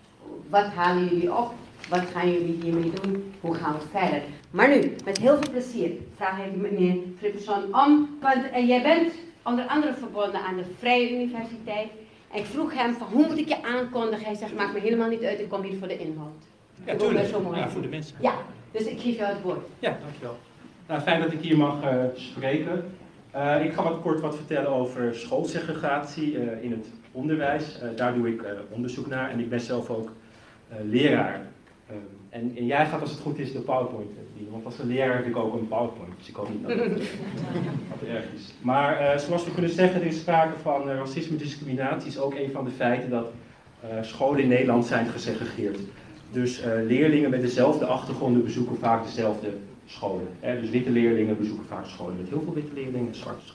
Wat halen jullie op? Wat gaan jullie hiermee doen? Hoe gaan we verder? Maar nu, met heel veel plezier, vraag ik meneer Fripperson om. Want uh, jij bent onder andere verbonden aan de Vrije Universiteit. En ik vroeg hem van hoe moet ik je aankondigen? Hij zegt, maakt me helemaal niet uit, ik kom hier voor de inhoud. Ja, tuurlijk. Ja, voor de mensen. Ja, dus ik geef jou het woord. Ja, dankjewel. Nou, fijn dat ik hier mag uh, spreken. Uh, ik ga wat kort wat vertellen over schoolsegregatie uh, in het onderwijs. Uh, daar doe ik uh, onderzoek naar en ik ben zelf ook uh, leraar. Um, en, en jij gaat als het goed is de PowerPoint dienen, want als een leraar heb ik ook een PowerPoint, dus ik hoop niet dat het, dat het erg is. Maar uh, zoals we kunnen zeggen, er is sprake van uh, racisme en discriminatie is ook een van de feiten dat uh, scholen in Nederland zijn gesegregeerd. Dus uh, leerlingen met dezelfde achtergronden bezoeken vaak dezelfde scholen. Hè? Dus witte leerlingen bezoeken vaak scholen met heel veel witte leerlingen en zwarte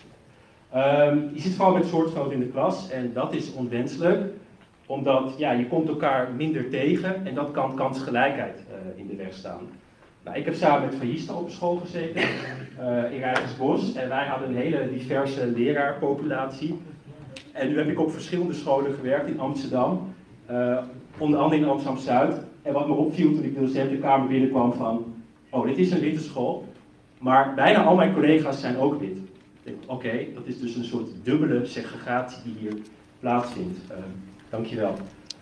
scholen. Um, je zit vooral met soortgenoten in de klas en dat is onwenselijk. Omdat ja, je komt elkaar minder tegen en dat kan kansgelijkheid uh, in de weg staan. Nou, ik heb samen met Fayista op school gezeten uh, in Rijkersbos en wij hadden een hele diverse leraarpopulatie. En nu heb ik op verschillende scholen gewerkt in Amsterdam, uh, onder andere in Amsterdam-Zuid. En wat me opviel toen ik de docentenkamer binnenkwam van, oh dit is een witte school, maar bijna al mijn collega's zijn ook wit. Ik denk, oké, okay, dat is dus een soort dubbele segregatie die hier plaatsvindt. Uh, Dankjewel.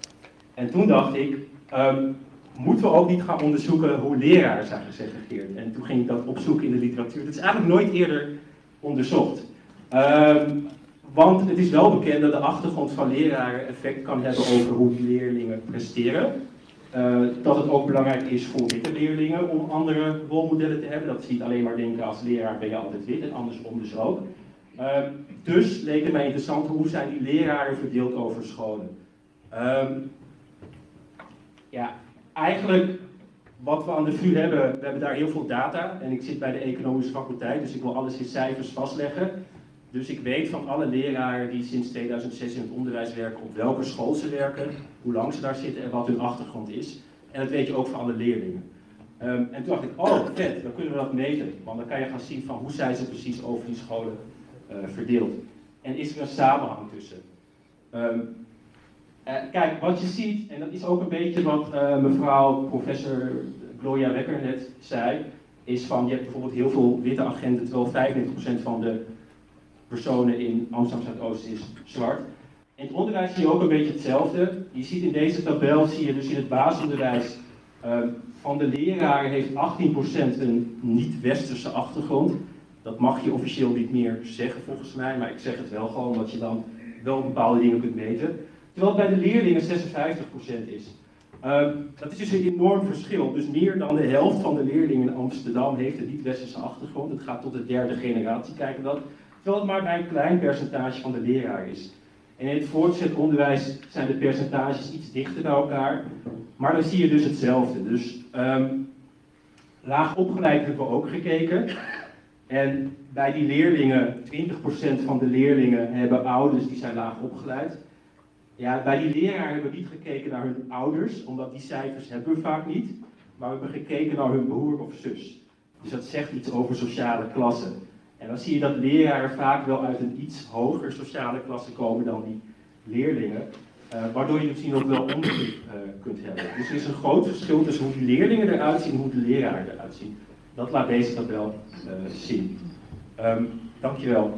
En toen dacht ik, um, moeten we ook niet gaan onderzoeken hoe leraren zijn gesegregeerd? En toen ging ik dat opzoeken in de literatuur. Dat is eigenlijk nooit eerder onderzocht. Um, want het is wel bekend dat de achtergrond van leraren effect kan hebben over hoe leerlingen presteren. Uh, dat het ook belangrijk is voor witte leerlingen om andere rolmodellen te hebben. Dat ze niet alleen maar denken als leraar ben je altijd wit en andersom dus ook. Uh, dus leek het mij interessant, hoe zijn die leraren verdeeld over scholen? Um, ja, eigenlijk wat we aan de V U hebben, we hebben daar heel veel data en ik zit bij de economische faculteit, dus ik wil alles in cijfers vastleggen. Dus ik weet van alle leraren die sinds tweeduizend zes in het onderwijs werken, op welke school ze werken, hoe lang ze daar zitten en wat hun achtergrond is. En dat weet je ook van alle leerlingen. Um, en toen dacht ik, oh vet, dan kunnen we dat meten, want dan kan je gaan zien van hoe zijn ze precies over die scholen uh, verdeeld. En is er een samenhang tussen. Um, Uh, kijk, wat je ziet, en dat is ook een beetje wat uh, mevrouw professor Gloria Wekker net zei, is van je hebt bijvoorbeeld heel veel witte agenten, terwijl vijfennegentig procent van de personen in Amsterdam Zuidoost is zwart. In het onderwijs zie je ook een beetje hetzelfde. Je ziet in deze tabel, zie je dus in het basisonderwijs, uh, van de leraren heeft achttien procent een niet-westerse achtergrond. Dat mag je officieel niet meer zeggen volgens mij, maar ik zeg het wel gewoon, omdat je dan wel bepaalde dingen kunt meten. Terwijl het bij de leerlingen zesenvijftig procent is. Uh, dat is dus een enorm verschil. Dus meer dan de helft van de leerlingen in Amsterdam heeft een niet-westerse achtergrond. Het gaat tot de derde generatie, kijken we dat. Terwijl het maar bij een klein percentage van de leraar is. En in het voortgezet onderwijs zijn de percentages iets dichter bij elkaar. Maar dan zie je dus hetzelfde. Dus um, laag opgeleid hebben we ook gekeken. En bij die leerlingen, twintig procent van de leerlingen hebben ouders die zijn laag opgeleid. Ja, bij die leraar hebben we niet gekeken naar hun ouders, omdat die cijfers hebben we vaak niet. Maar we hebben gekeken naar hun broer of zus. Dus dat zegt iets over sociale klassen. En dan zie je dat leraren vaak wel uit een iets hoger sociale klasse komen dan die leerlingen. Uh, waardoor je misschien ook wel onbegrip uh, kunt hebben. Dus er is een groot verschil tussen hoe die leerlingen eruit zien en hoe de leraren eruit zien. Dat laat deze tabel uh, zien. Um, dankjewel.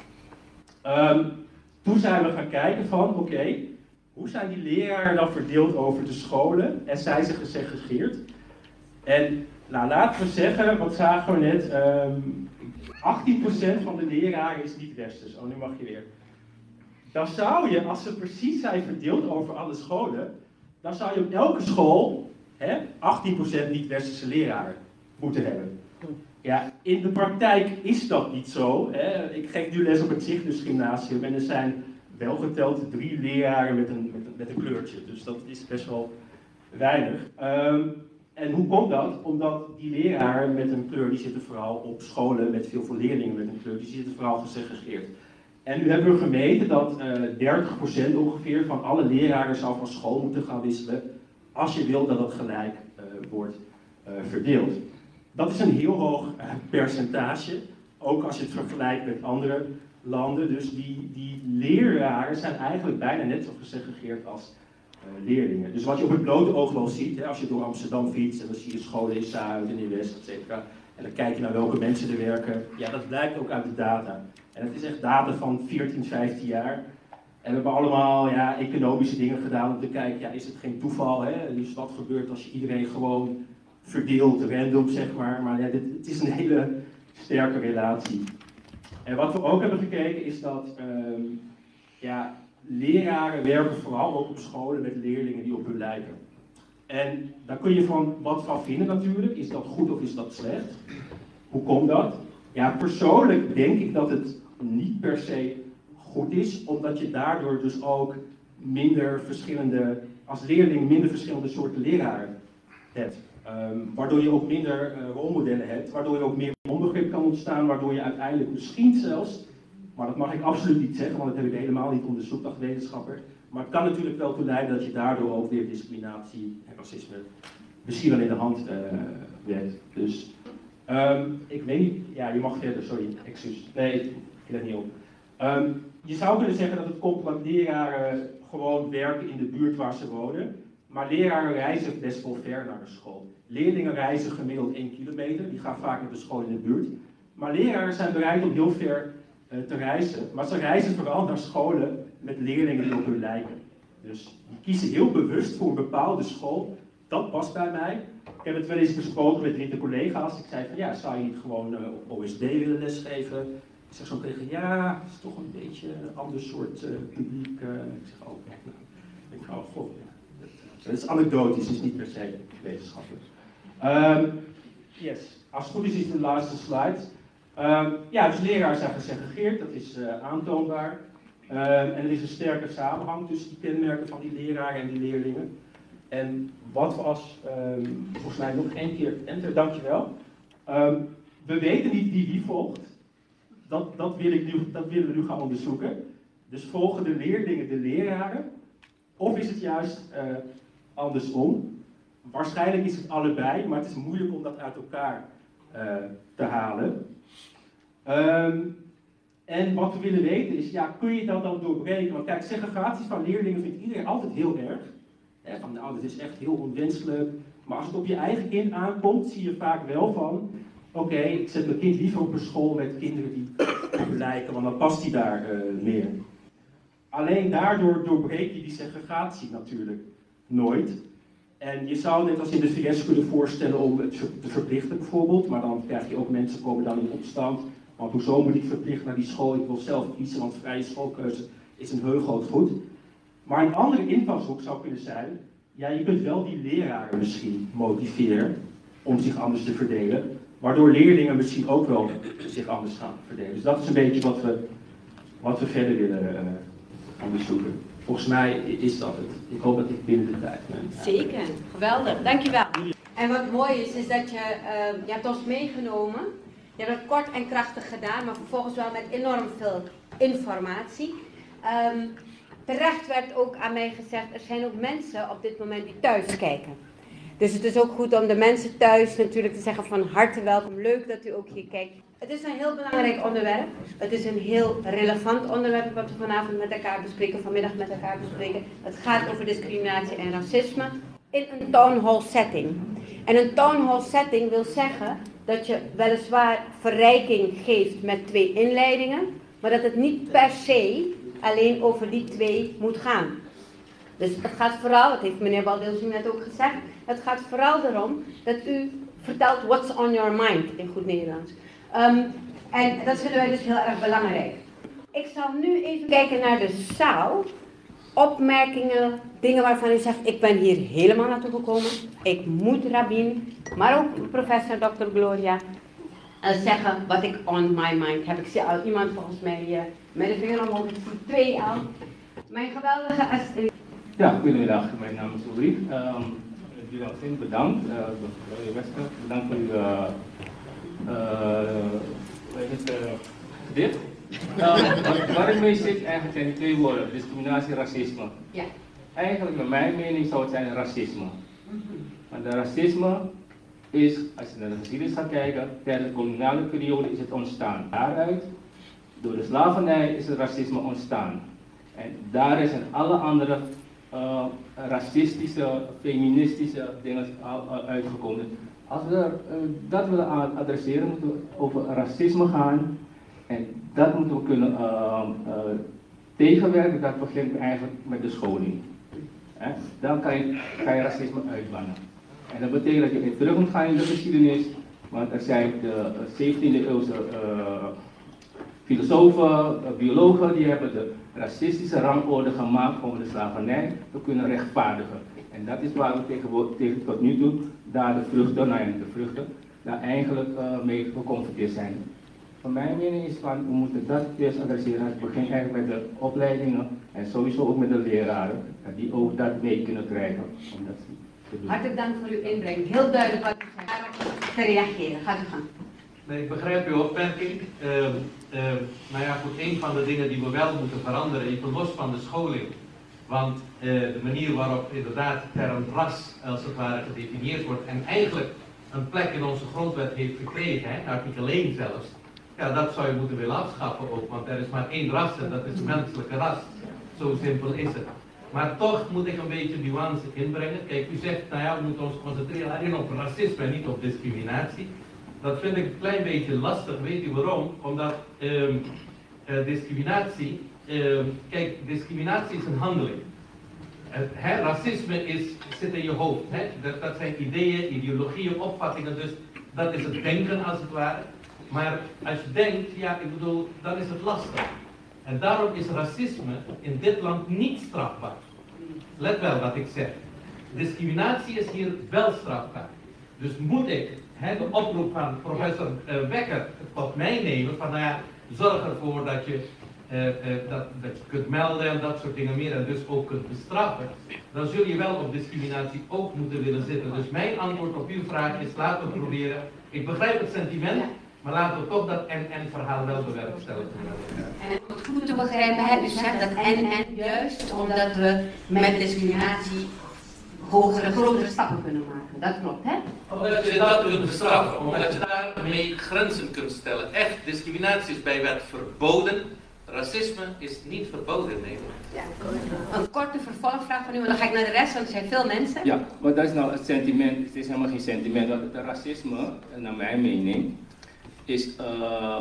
Um, toen zijn we gaan kijken van, oké, okay, hoe zijn die leraren dan verdeeld over de scholen en zijn ze gesegregeerd? En nou, laten we zeggen, wat zagen we net, um, achttien procent van de leraren is niet westers. Oh, nu mag je weer. Dan zou je, als ze precies zijn verdeeld over alle scholen, dan zou je op elke school hè, achttien procent niet-westerse leraren moeten hebben. Ja, in de praktijk is dat niet zo. Hè. Ik geef nu les op het Cygnus Gymnasium en er zijn wel geteld drie leraren met een, met een, met een kleurtje. Dus dat is best wel weinig. Um, en hoe komt dat? Omdat die leraren met een kleur, die zitten vooral op scholen met veel veel leerlingen met een kleur, die zitten vooral gesegregeerd. En nu hebben we gemeten dat uh, dertig procent ongeveer van alle leraren zou van school moeten gaan wisselen als je wil dat het gelijk uh, wordt uh, verdeeld. Dat is een heel hoog uh, percentage, ook als je het vergelijkt met andere landen. Dus die, die leraren zijn eigenlijk bijna net zo gesegregeerd als uh, leerlingen. Dus wat je op het blote oog wel ziet, hè, als je door Amsterdam fietst en dan zie je scholen in Zuid en in West, et cetera. En dan kijk je naar welke mensen er werken. Ja, dat blijkt ook uit de data. En het is echt data van veertien, vijftien jaar. En we hebben allemaal ja, economische dingen gedaan om te kijken, ja, is het geen toeval? Hè? Dus wat gebeurt als je iedereen gewoon verdeelt, random zeg maar. Maar ja, dit, het is een hele sterke relatie. En wat we ook hebben gekeken is dat um, ja, leraren werken vooral ook op scholen met leerlingen die op hun lijken. En daar kun je van wat van vinden natuurlijk. Is dat goed of is dat slecht? Hoe komt dat? Ja, persoonlijk denk ik dat het niet per se goed is, omdat je daardoor dus ook minder verschillende, als leerling minder verschillende soorten leraren hebt. Um, waardoor je ook minder uh, rolmodellen hebt, waardoor je ook meer onbegrip kan ontstaan, waardoor je uiteindelijk misschien zelfs, maar dat mag ik absoluut niet zeggen, want dat heb ik helemaal niet onderzocht als wetenschapper, maar het kan natuurlijk wel toe leiden dat je daardoor ook weer discriminatie en racisme misschien wel in de hand uh, werkt. Dus um, ik weet niet, ja je mag verder, sorry, excuus. Nee, ik vind het niet op. Um, je zou kunnen zeggen dat het komt omdat leraren gewoon werken in de buurt waar ze wonen. Maar leraren reizen best wel ver naar de school. Leerlingen reizen gemiddeld één kilometer, die gaan vaak naar de school in de buurt. Maar leraren zijn bereid om heel ver uh, te reizen. Maar ze reizen vooral naar scholen met leerlingen die op hun lijken. Dus die kiezen heel bewust voor een bepaalde school. Dat past bij mij. Ik heb het wel eens besproken met drie collega's. Ik zei van ja, zou je niet gewoon uh, op O S D willen lesgeven? Ik zeg zo tegen ja, het is toch een beetje een ander soort uh, publiek. Uh, ik zeg oh, nou, ik denk oh god. Het is anekdotisch, het is niet per se wetenschappelijk. Um, yes, als het goed is, is de laatste slide. Um, ja, dus leraren zijn gesegregeerd, dat is uh, aantoonbaar. Um, en er is een sterke samenhang tussen die kenmerken van die leraren en die leerlingen. En wat we als, um, volgens mij nog één keer, enter, dankjewel. Um, we weten niet wie wie volgt. Dat, dat, wil ik nu, dat willen we nu gaan onderzoeken. Dus volgen de leerlingen de leraren? Of is het juist uh, andersom? Waarschijnlijk is het allebei, maar het is moeilijk om dat uit elkaar uh, te halen. Um, en wat we willen weten is, ja, kun je dat dan doorbreken? Want kijk, segregatie van leerlingen vindt iedereen altijd heel erg. He, van, nou, dat is echt heel onwenselijk. Maar als het op je eigen kind aankomt, zie je vaak wel van, oké, okay, ik zet mijn kind liever op een school met kinderen die op lijken, want dan past hij daar uh, meer. Alleen daardoor doorbreek je die segregatie natuurlijk nooit. En je zou net als in de V S kunnen voorstellen om het te verplichten bijvoorbeeld, maar dan krijg je ook mensen komen dan in opstand. Want hoezo moet ik verplicht naar die school? Ik wil zelf kiezen, want vrije schoolkeuze is een heel groot goed. Maar een andere invalshoek zou kunnen zijn, ja, je kunt wel die leraren misschien motiveren om zich anders te verdelen, waardoor leerlingen misschien ook wel zich anders gaan verdelen. Dus dat is een beetje wat we, wat we verder willen uh, onderzoeken. Volgens mij is dat het. Ik hoop dat ik binnen de tijd ben. Zeker, geweldig, dankjewel. En wat mooi is, is dat je, uh, je hebt ons meegenomen. Je hebt het kort en krachtig gedaan, maar vervolgens wel met enorm veel informatie. Um, terecht werd ook aan mij gezegd, er zijn ook mensen op dit moment die thuis kijken. Dus het is ook goed om de mensen thuis natuurlijk te zeggen van harte welkom, leuk dat u ook hier kijkt. Het is een heel belangrijk onderwerp. Het is een heel relevant onderwerp wat we vanavond met elkaar bespreken, vanmiddag met elkaar bespreken. Het gaat over discriminatie en racisme in een town hall setting. En een town hall setting wil zeggen dat je weliswaar verrijking geeft met twee inleidingen, maar dat het niet per se alleen over die twee moet gaan. Dus het gaat vooral, dat heeft meneer Baldeus net ook gezegd, het gaat vooral erom dat u vertelt what's on your mind in goed Nederlands. Um, en dat vinden wij dus heel erg belangrijk. Ik zal nu even kijken naar de zaal. Opmerkingen, dingen waarvan u zegt, ik ben hier helemaal naartoe gekomen. Ik moet Rabin, maar ook professor dokter Gloria. uh, zeggen wat ik on my mind heb. Ik zie al iemand volgens mij uh, met de vinger omhoog, ik zie twee al. Mijn geweldige assistent. Ja, goedemiddag. Mijn naam is Ulrich. Um, jullie al bedankt. Uh, Wester, bedankt voor uw uh, uh, het, uh, dit. Uh, waar ik mee zit eigenlijk zijn die twee woorden, discriminatie en racisme. Ja. Eigenlijk, naar mijn mening, zou het zijn racisme. Want de racisme is, als je naar de geschiedenis gaat kijken, tijdens de koloniale periode is het ontstaan. Daaruit, door de slavernij, is het racisme ontstaan. En daar zijn alle andere uh, racistische, feministische dingen uitgekomen. Als we uh, dat willen adresseren, moeten we over racisme gaan. En dat moeten we kunnen uh, uh, tegenwerken. Dat begint eigenlijk met de scholing. He? Dan kan je, kan je racisme uitbannen. En dat betekent dat je weer terug moet gaan in de geschiedenis. Want er zijn de zeventiende eeuwse uh, filosofen, uh, biologen, die hebben de racistische rangorde gemaakt om de slavernij te kunnen rechtvaardigen. En dat is waar we tegenwoordig tegen tot nu toe, daar de vruchten, nou ja, de vruchten, daar eigenlijk uh, mee geconfronteerd zijn. Van mijn mening is van, we moeten dat eerst adresseren. Het begint eigenlijk met de opleidingen en sowieso ook met de leraren, dat die ook dat mee kunnen krijgen. Om dat te doen. Hartelijk dank voor uw inbreng. Heel duidelijk wat u zei. Te reageren. Gaat u gang. Nee, ik begrijp uw opmerking. Uh, uh, nou ja, goed, een van de dingen die we wel moeten veranderen, even los van de scholing. Want uh, de manier waarop inderdaad de term ras als het ware gedefinieerd wordt en eigenlijk een plek in onze grondwet heeft gekregen, hè, artikel één zelfs. Ja, dat zou je moeten willen afschaffen ook, want er is maar één ras en dat is de menselijke ras. Zo simpel is het. Maar toch moet ik een beetje nuance inbrengen. Kijk, u zegt, nou ja, we moeten ons concentreren alleen op racisme en niet op discriminatie. Dat vind ik een klein beetje lastig, weet u waarom? Omdat um, uh, discriminatie, um, kijk, discriminatie is een handeling. Uh, hè, racisme is, zit in je hoofd. Hè? Dat, dat zijn ideeën, ideologieën, opvattingen, dus dat is het denken als het ware. Maar als je denkt, ja, ik bedoel, dan is het lastig. En daarom is racisme in dit land niet strafbaar. Let wel wat ik zeg. Discriminatie is hier wel strafbaar. Dus moet ik he, de oproep van professor uh, Wekker tot mij nemen van, nou ja, zorg ervoor dat je, uh, uh, dat, dat je kunt melden en dat soort dingen meer en dus ook kunt bestraffen. Dan zul je wel op discriminatie ook moeten willen zitten. Dus mijn antwoord op uw vraag is, laten we proberen. Ik begrijp het sentiment. Maar laten we toch dat en-en-verhaal wel bewerkstelligen. En om het goed te begrijpen, hè, u zegt dat en-en juist omdat we met discriminatie hogere, grotere stappen kunnen maken. Dat klopt, hè? Omdat je dat kunt bestraffen, omdat je daarmee grenzen kunt stellen. Echt, discriminatie is bij wet verboden. Racisme is niet verboden in Nederland. Ja, een korte vervolgvraag van u, want dan ga ik naar de rest, want er zijn veel mensen. Ja, maar dat is nou het sentiment, het is helemaal geen sentiment. Het racisme, naar mijn mening, is uh,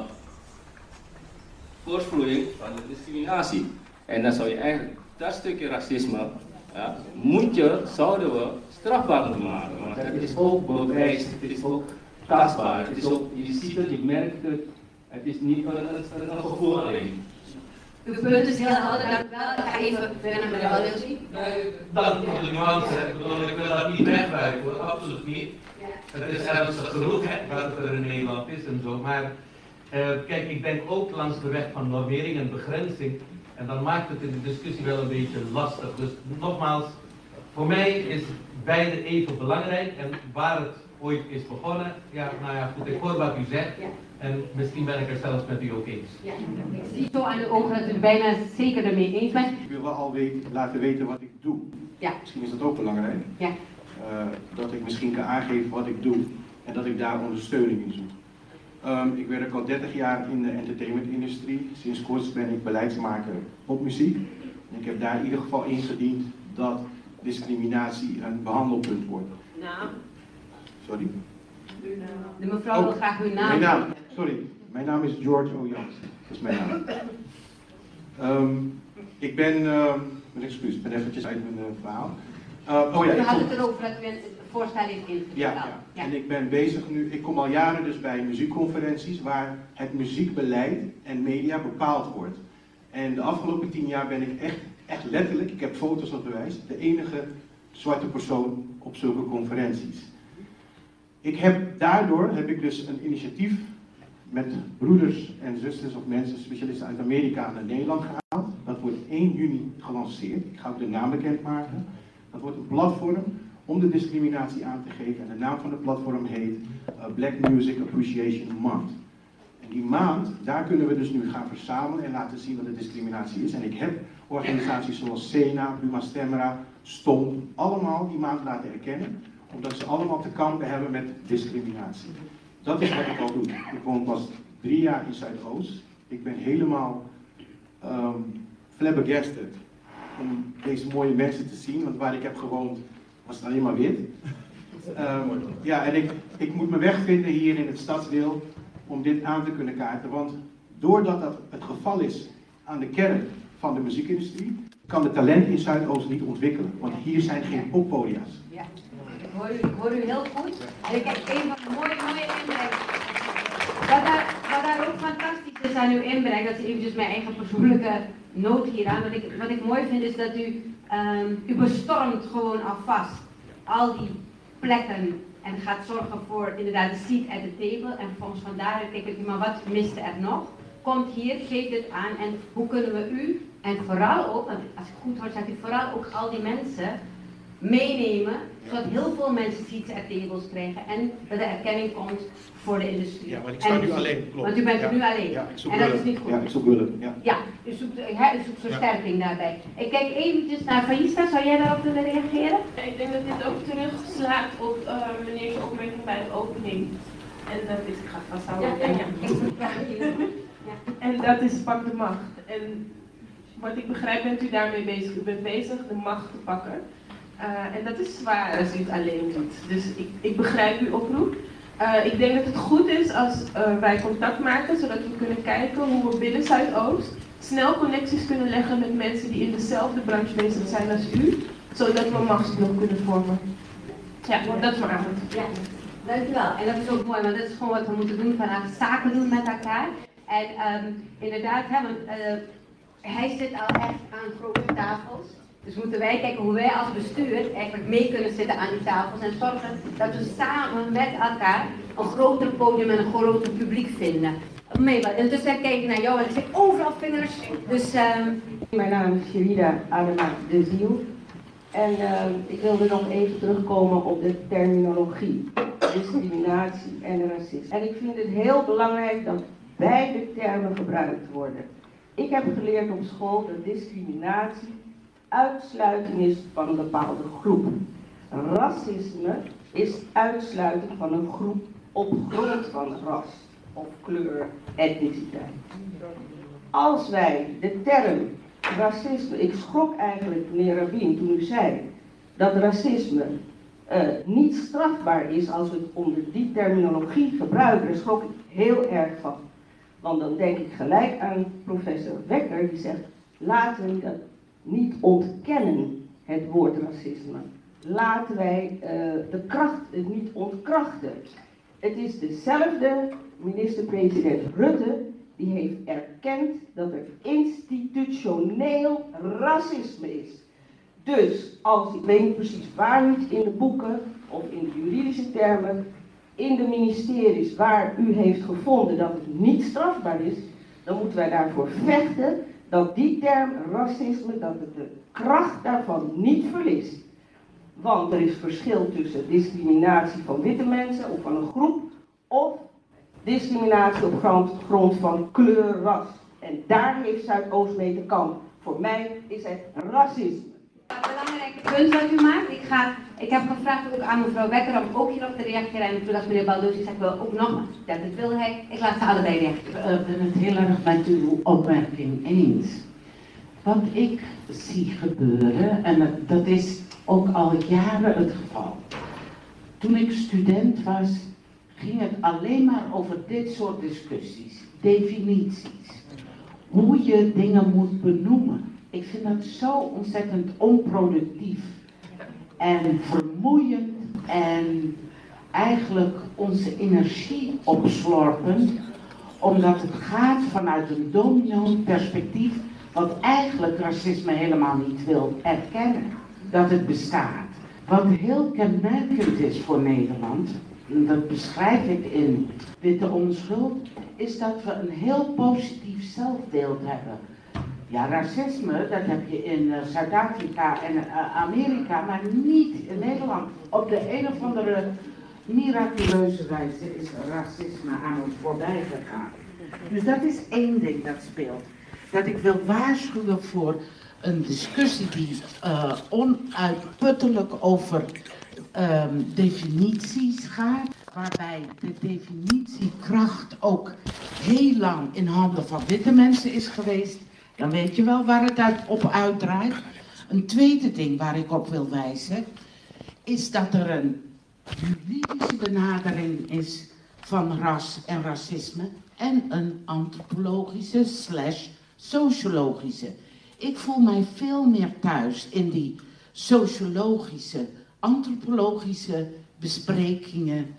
voortvloeiing van de discriminatie. En dan zou je eigenlijk dat stukje racisme, ja, moet je, zouden we strafbaar moeten maken. Want het is ook bewijs, het is ook tastbaar, het is ook, je ziet het, je merkt het, het is niet een, een, een gevoel alleen. Uw punt is heel helder, dank u wel. Ik ga even verder met de Waldilsie. Nee, dank voor de nuance. Ik bedoel, ik wil dat niet wegwijken hoor, absoluut niet. Het is ernstig genoeg, hè, wat er in Nederland is en zo. Maar uh, kijk, ik denk ook langs de weg van normering en begrenzing. En dan maakt het in de discussie wel een beetje lastig. Dus nogmaals, voor mij is beide even belangrijk. En waar het ooit is begonnen, ja, nou ja, goed, ik hoor wat u zegt. Ja. En misschien ben ik er zelfs met u ook eens. Ja, ik zie zo aan uw ogen dat u het bijna zeker ermee eens bent. Ik wil wel al weet, laten weten wat ik doe. Ja. Misschien is dat ook belangrijk. Ja. Uh, dat ik misschien kan aangeven wat ik doe en dat ik daar ondersteuning in zoek. Um, ik werk al dertig jaar in de entertainmentindustrie. Sinds kort ben ik beleidsmaker popmuziek. En ik heb daar in ieder geval ingediend dat discriminatie een behandelpunt wordt. Naam? Sorry? De mevrouw wil oh, graag uw naam. Mijn naam, sorry. Mijn naam is George O. Jans. Dat is mijn naam. Um, ik ben, um, mijn excuus, ik ben eventjes uit mijn uh, verhaal. Uh, oh ja, u had het erover dat u een voorstel heeft ingediend. Ja, ja. ja, en ik ben bezig nu, ik kom al jaren dus bij muziekconferenties waar het muziekbeleid en media bepaald wordt. En de afgelopen tien jaar ben ik echt, echt letterlijk, ik heb foto's als bewijs, de enige zwarte persoon op zulke conferenties. Ik heb, daardoor heb ik dus een initiatief met broeders en zusters of mensen, specialisten uit Amerika naar Nederland gehaald. Dat wordt één juni gelanceerd. Ik ga ook de naam bekendmaken. Dat wordt een platform om de discriminatie aan te geven. En de naam van het platform heet uh, Black Music Appreciation Month. En die maand, daar kunnen we dus nu gaan verzamelen en laten zien wat de discriminatie is. En ik heb organisaties zoals Sena, Pluma Stemra, Stomp, allemaal die maand laten erkennen. Omdat ze allemaal te kampen hebben met discriminatie. Dat is wat ik al doe. Ik woon pas drie jaar in Zuidoost. Ik ben helemaal um, flabbergasted om deze mooie mensen te zien. Want waar ik heb gewoond was het alleen maar wit. Um, ja, en ik, ik moet mijn weg vinden hier in het stadsdeel om dit aan te kunnen kaarten. Want doordat dat het geval is aan de kern van de muziekindustrie, kan de talent in Zuidoost niet ontwikkelen. Want hier zijn geen poppodia's. Ja. Ik hoor, u, ik hoor u heel goed. En ik heb een van de mooie, mooie inbreng. Wat daar, wat daar ook fantastisch is aan uw inbreng, dat is eventjes mijn eigen persoonlijke noot hieraan. Wat ik, wat ik mooi vind is dat u, um, u bestormt gewoon alvast al die plekken en gaat zorgen voor inderdaad de seat at the table. En volgens van daaruit denk ik, maar wat miste er nog? Komt hier, geeft dit aan en hoe kunnen we u, en vooral ook, want als ik goed hoor, zegt u vooral ook al die mensen meenemen, zodat heel veel mensen seats at tables krijgen en dat er erkenning komt voor de industrie. Ja, maar ik sta en, nu alleen, klopt. Want u bent ja. nu alleen. Ja, ik zoek en dat hulp. is niet goed. Ja, ik zoek hulp. Ja, ja u, zoekt, ja, u zoekt versterking ja. daarbij. Ik kijk eventjes naar Faïsta, zou jij daarop willen reageren? Ja, ik denk dat dit ook terugslaat op uh, meneer zijn opmerking bij de opening. En dat is, ik ga het vasthouden. Ja, ja, ja. ja. En dat is pak de macht. En wat ik begrijp bent u daarmee bezig. U bent bezig de macht te pakken. Uh, en dat is zwaar als u het alleen doet. Dus ik, ik begrijp uw oproep. Uh, ik denk dat het goed is als uh, wij contact maken, zodat we kunnen kijken hoe we binnen Zuidoost snel connecties kunnen leggen met mensen die in dezelfde branche bezig zijn als u, zodat we een machtsblok kunnen vormen. Ja, dat is mijn antwoord. Ja, dankjewel. En dat is ook mooi, want dat is gewoon wat we moeten doen vandaag, zaken doen met elkaar. En um, inderdaad, hè, want, uh, hij zit al echt aan grote tafels. Dus moeten wij kijken hoe wij als bestuur eigenlijk mee kunnen zitten aan die tafels en zorgen dat we samen met elkaar een groter podium en een groter publiek vinden. Meeba, en dus dan kijk ik naar jou en ik zeg overal vingers. Dus, um... Mijn naam is Sherida Adema de Ziel. En uh, ik wilde nog even terugkomen op de terminologie. Discriminatie en racisme. En ik vind het heel belangrijk dat beide termen gebruikt worden. Ik heb geleerd op school dat discriminatie uitsluiting is van een bepaalde groep. Racisme is uitsluiting van een groep op grond van ras of kleur, etniciteit. Als wij de term racisme, ik schrok eigenlijk meneer Rabin toen u zei dat racisme uh, niet strafbaar is als we het onder die terminologie gebruiken, daar schrok ik heel erg van. Want dan denk ik gelijk aan professor Wekker die zegt, laten we dat niet ontkennen, het woord racisme. Laten wij uh, de kracht het niet ontkrachten. Het is dezelfde minister-president Rutte die heeft erkend dat er institutioneel racisme is. Dus als, ik weet niet precies waar niet in de boeken of in de juridische termen, in de ministeries waar u heeft gevonden dat het niet strafbaar is, dan moeten wij daarvoor vechten dat die term racisme, dat het de kracht daarvan niet verliest. Want er is verschil tussen discriminatie van witte mensen of van een groep of discriminatie op grond, grond van kleur, ras. En daar heeft Zuidoost mee te kampen. Voor mij is het racisme. Een belangrijke punt wat u maakt. Ik, ga, ik heb gevraagd ook aan mevrouw Wekker om ook hierop te reageren. En toen dacht meneer Baldoos, ik zeg wel ook nog, dat wil hij. Ik laat ze allebei reageren. Ik ben het heel erg met uw opmerking eens. Wat ik zie gebeuren, en dat is ook al jaren het geval. Toen ik student was, ging het alleen maar over dit soort discussies, definities. Hoe je dingen moet benoemen. Ik vind dat zo ontzettend onproductief en vermoeiend en eigenlijk onze energie opslorpen, omdat het gaat vanuit een dominant perspectief wat eigenlijk racisme helemaal niet wil erkennen, dat het bestaat. Wat heel kenmerkend is voor Nederland, dat beschrijf ik in Witte Onschuld, is dat we een heel positief zelfbeeld hebben. Ja, racisme, dat heb je in uh, Zuid-Afrika en uh, Amerika, maar niet in Nederland. Op de een of andere miraculeuze wijze is racisme aan ons voorbij gegaan. Dus dat is één ding dat speelt. Dat ik wil waarschuwen voor een discussie die uh, onuitputtelijk over um, definities gaat. Waarbij de definitiekracht ook heel lang in handen van witte mensen is geweest. Dan weet je wel waar het uit, op uitdraait. Een tweede ding waar ik op wil wijzen, is dat er een juridische benadering is van ras en racisme en een antropologische slash sociologische. Ik voel mij veel meer thuis in die sociologische, antropologische besprekingen,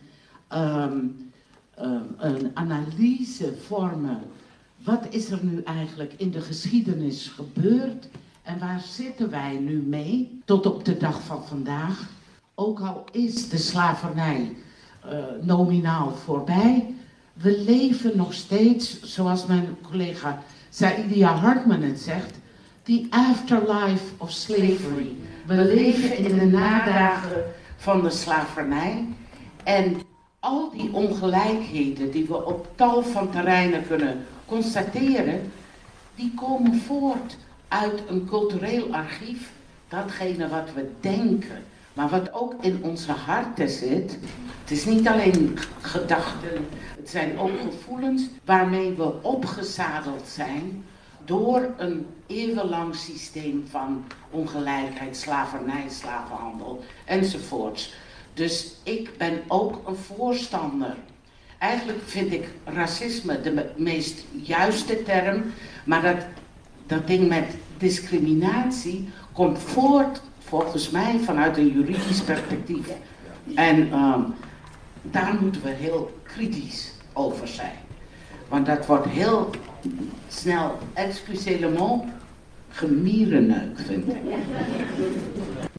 um, um, een analyse vormen. Wat is er nu eigenlijk in de geschiedenis gebeurd en waar zitten wij nu mee tot op de dag van vandaag? Ook al is de slavernij uh, nominaal voorbij, we leven nog steeds, zoals mijn collega Saidia Hartman het zegt, the afterlife of slavery. We leven in de nadagen van de slavernij en al die ongelijkheden die we op tal van terreinen kunnen constateren, die komen voort uit een cultureel archief, datgene wat we denken, maar wat ook in onze harten zit. Het is niet alleen gedachten, het zijn ook gevoelens waarmee we opgezadeld zijn door een eeuwenlang systeem van ongelijkheid, slavernij, slavenhandel enzovoorts. Dus ik ben ook een voorstander. Eigenlijk vind ik racisme de me- meest juiste term, maar dat, dat ding met discriminatie komt voort, volgens mij, vanuit een juridisch perspectief. En um, daar moeten we heel kritisch over zijn. Want dat wordt heel snel, excusez le mot, gemierenneuk, vind ik.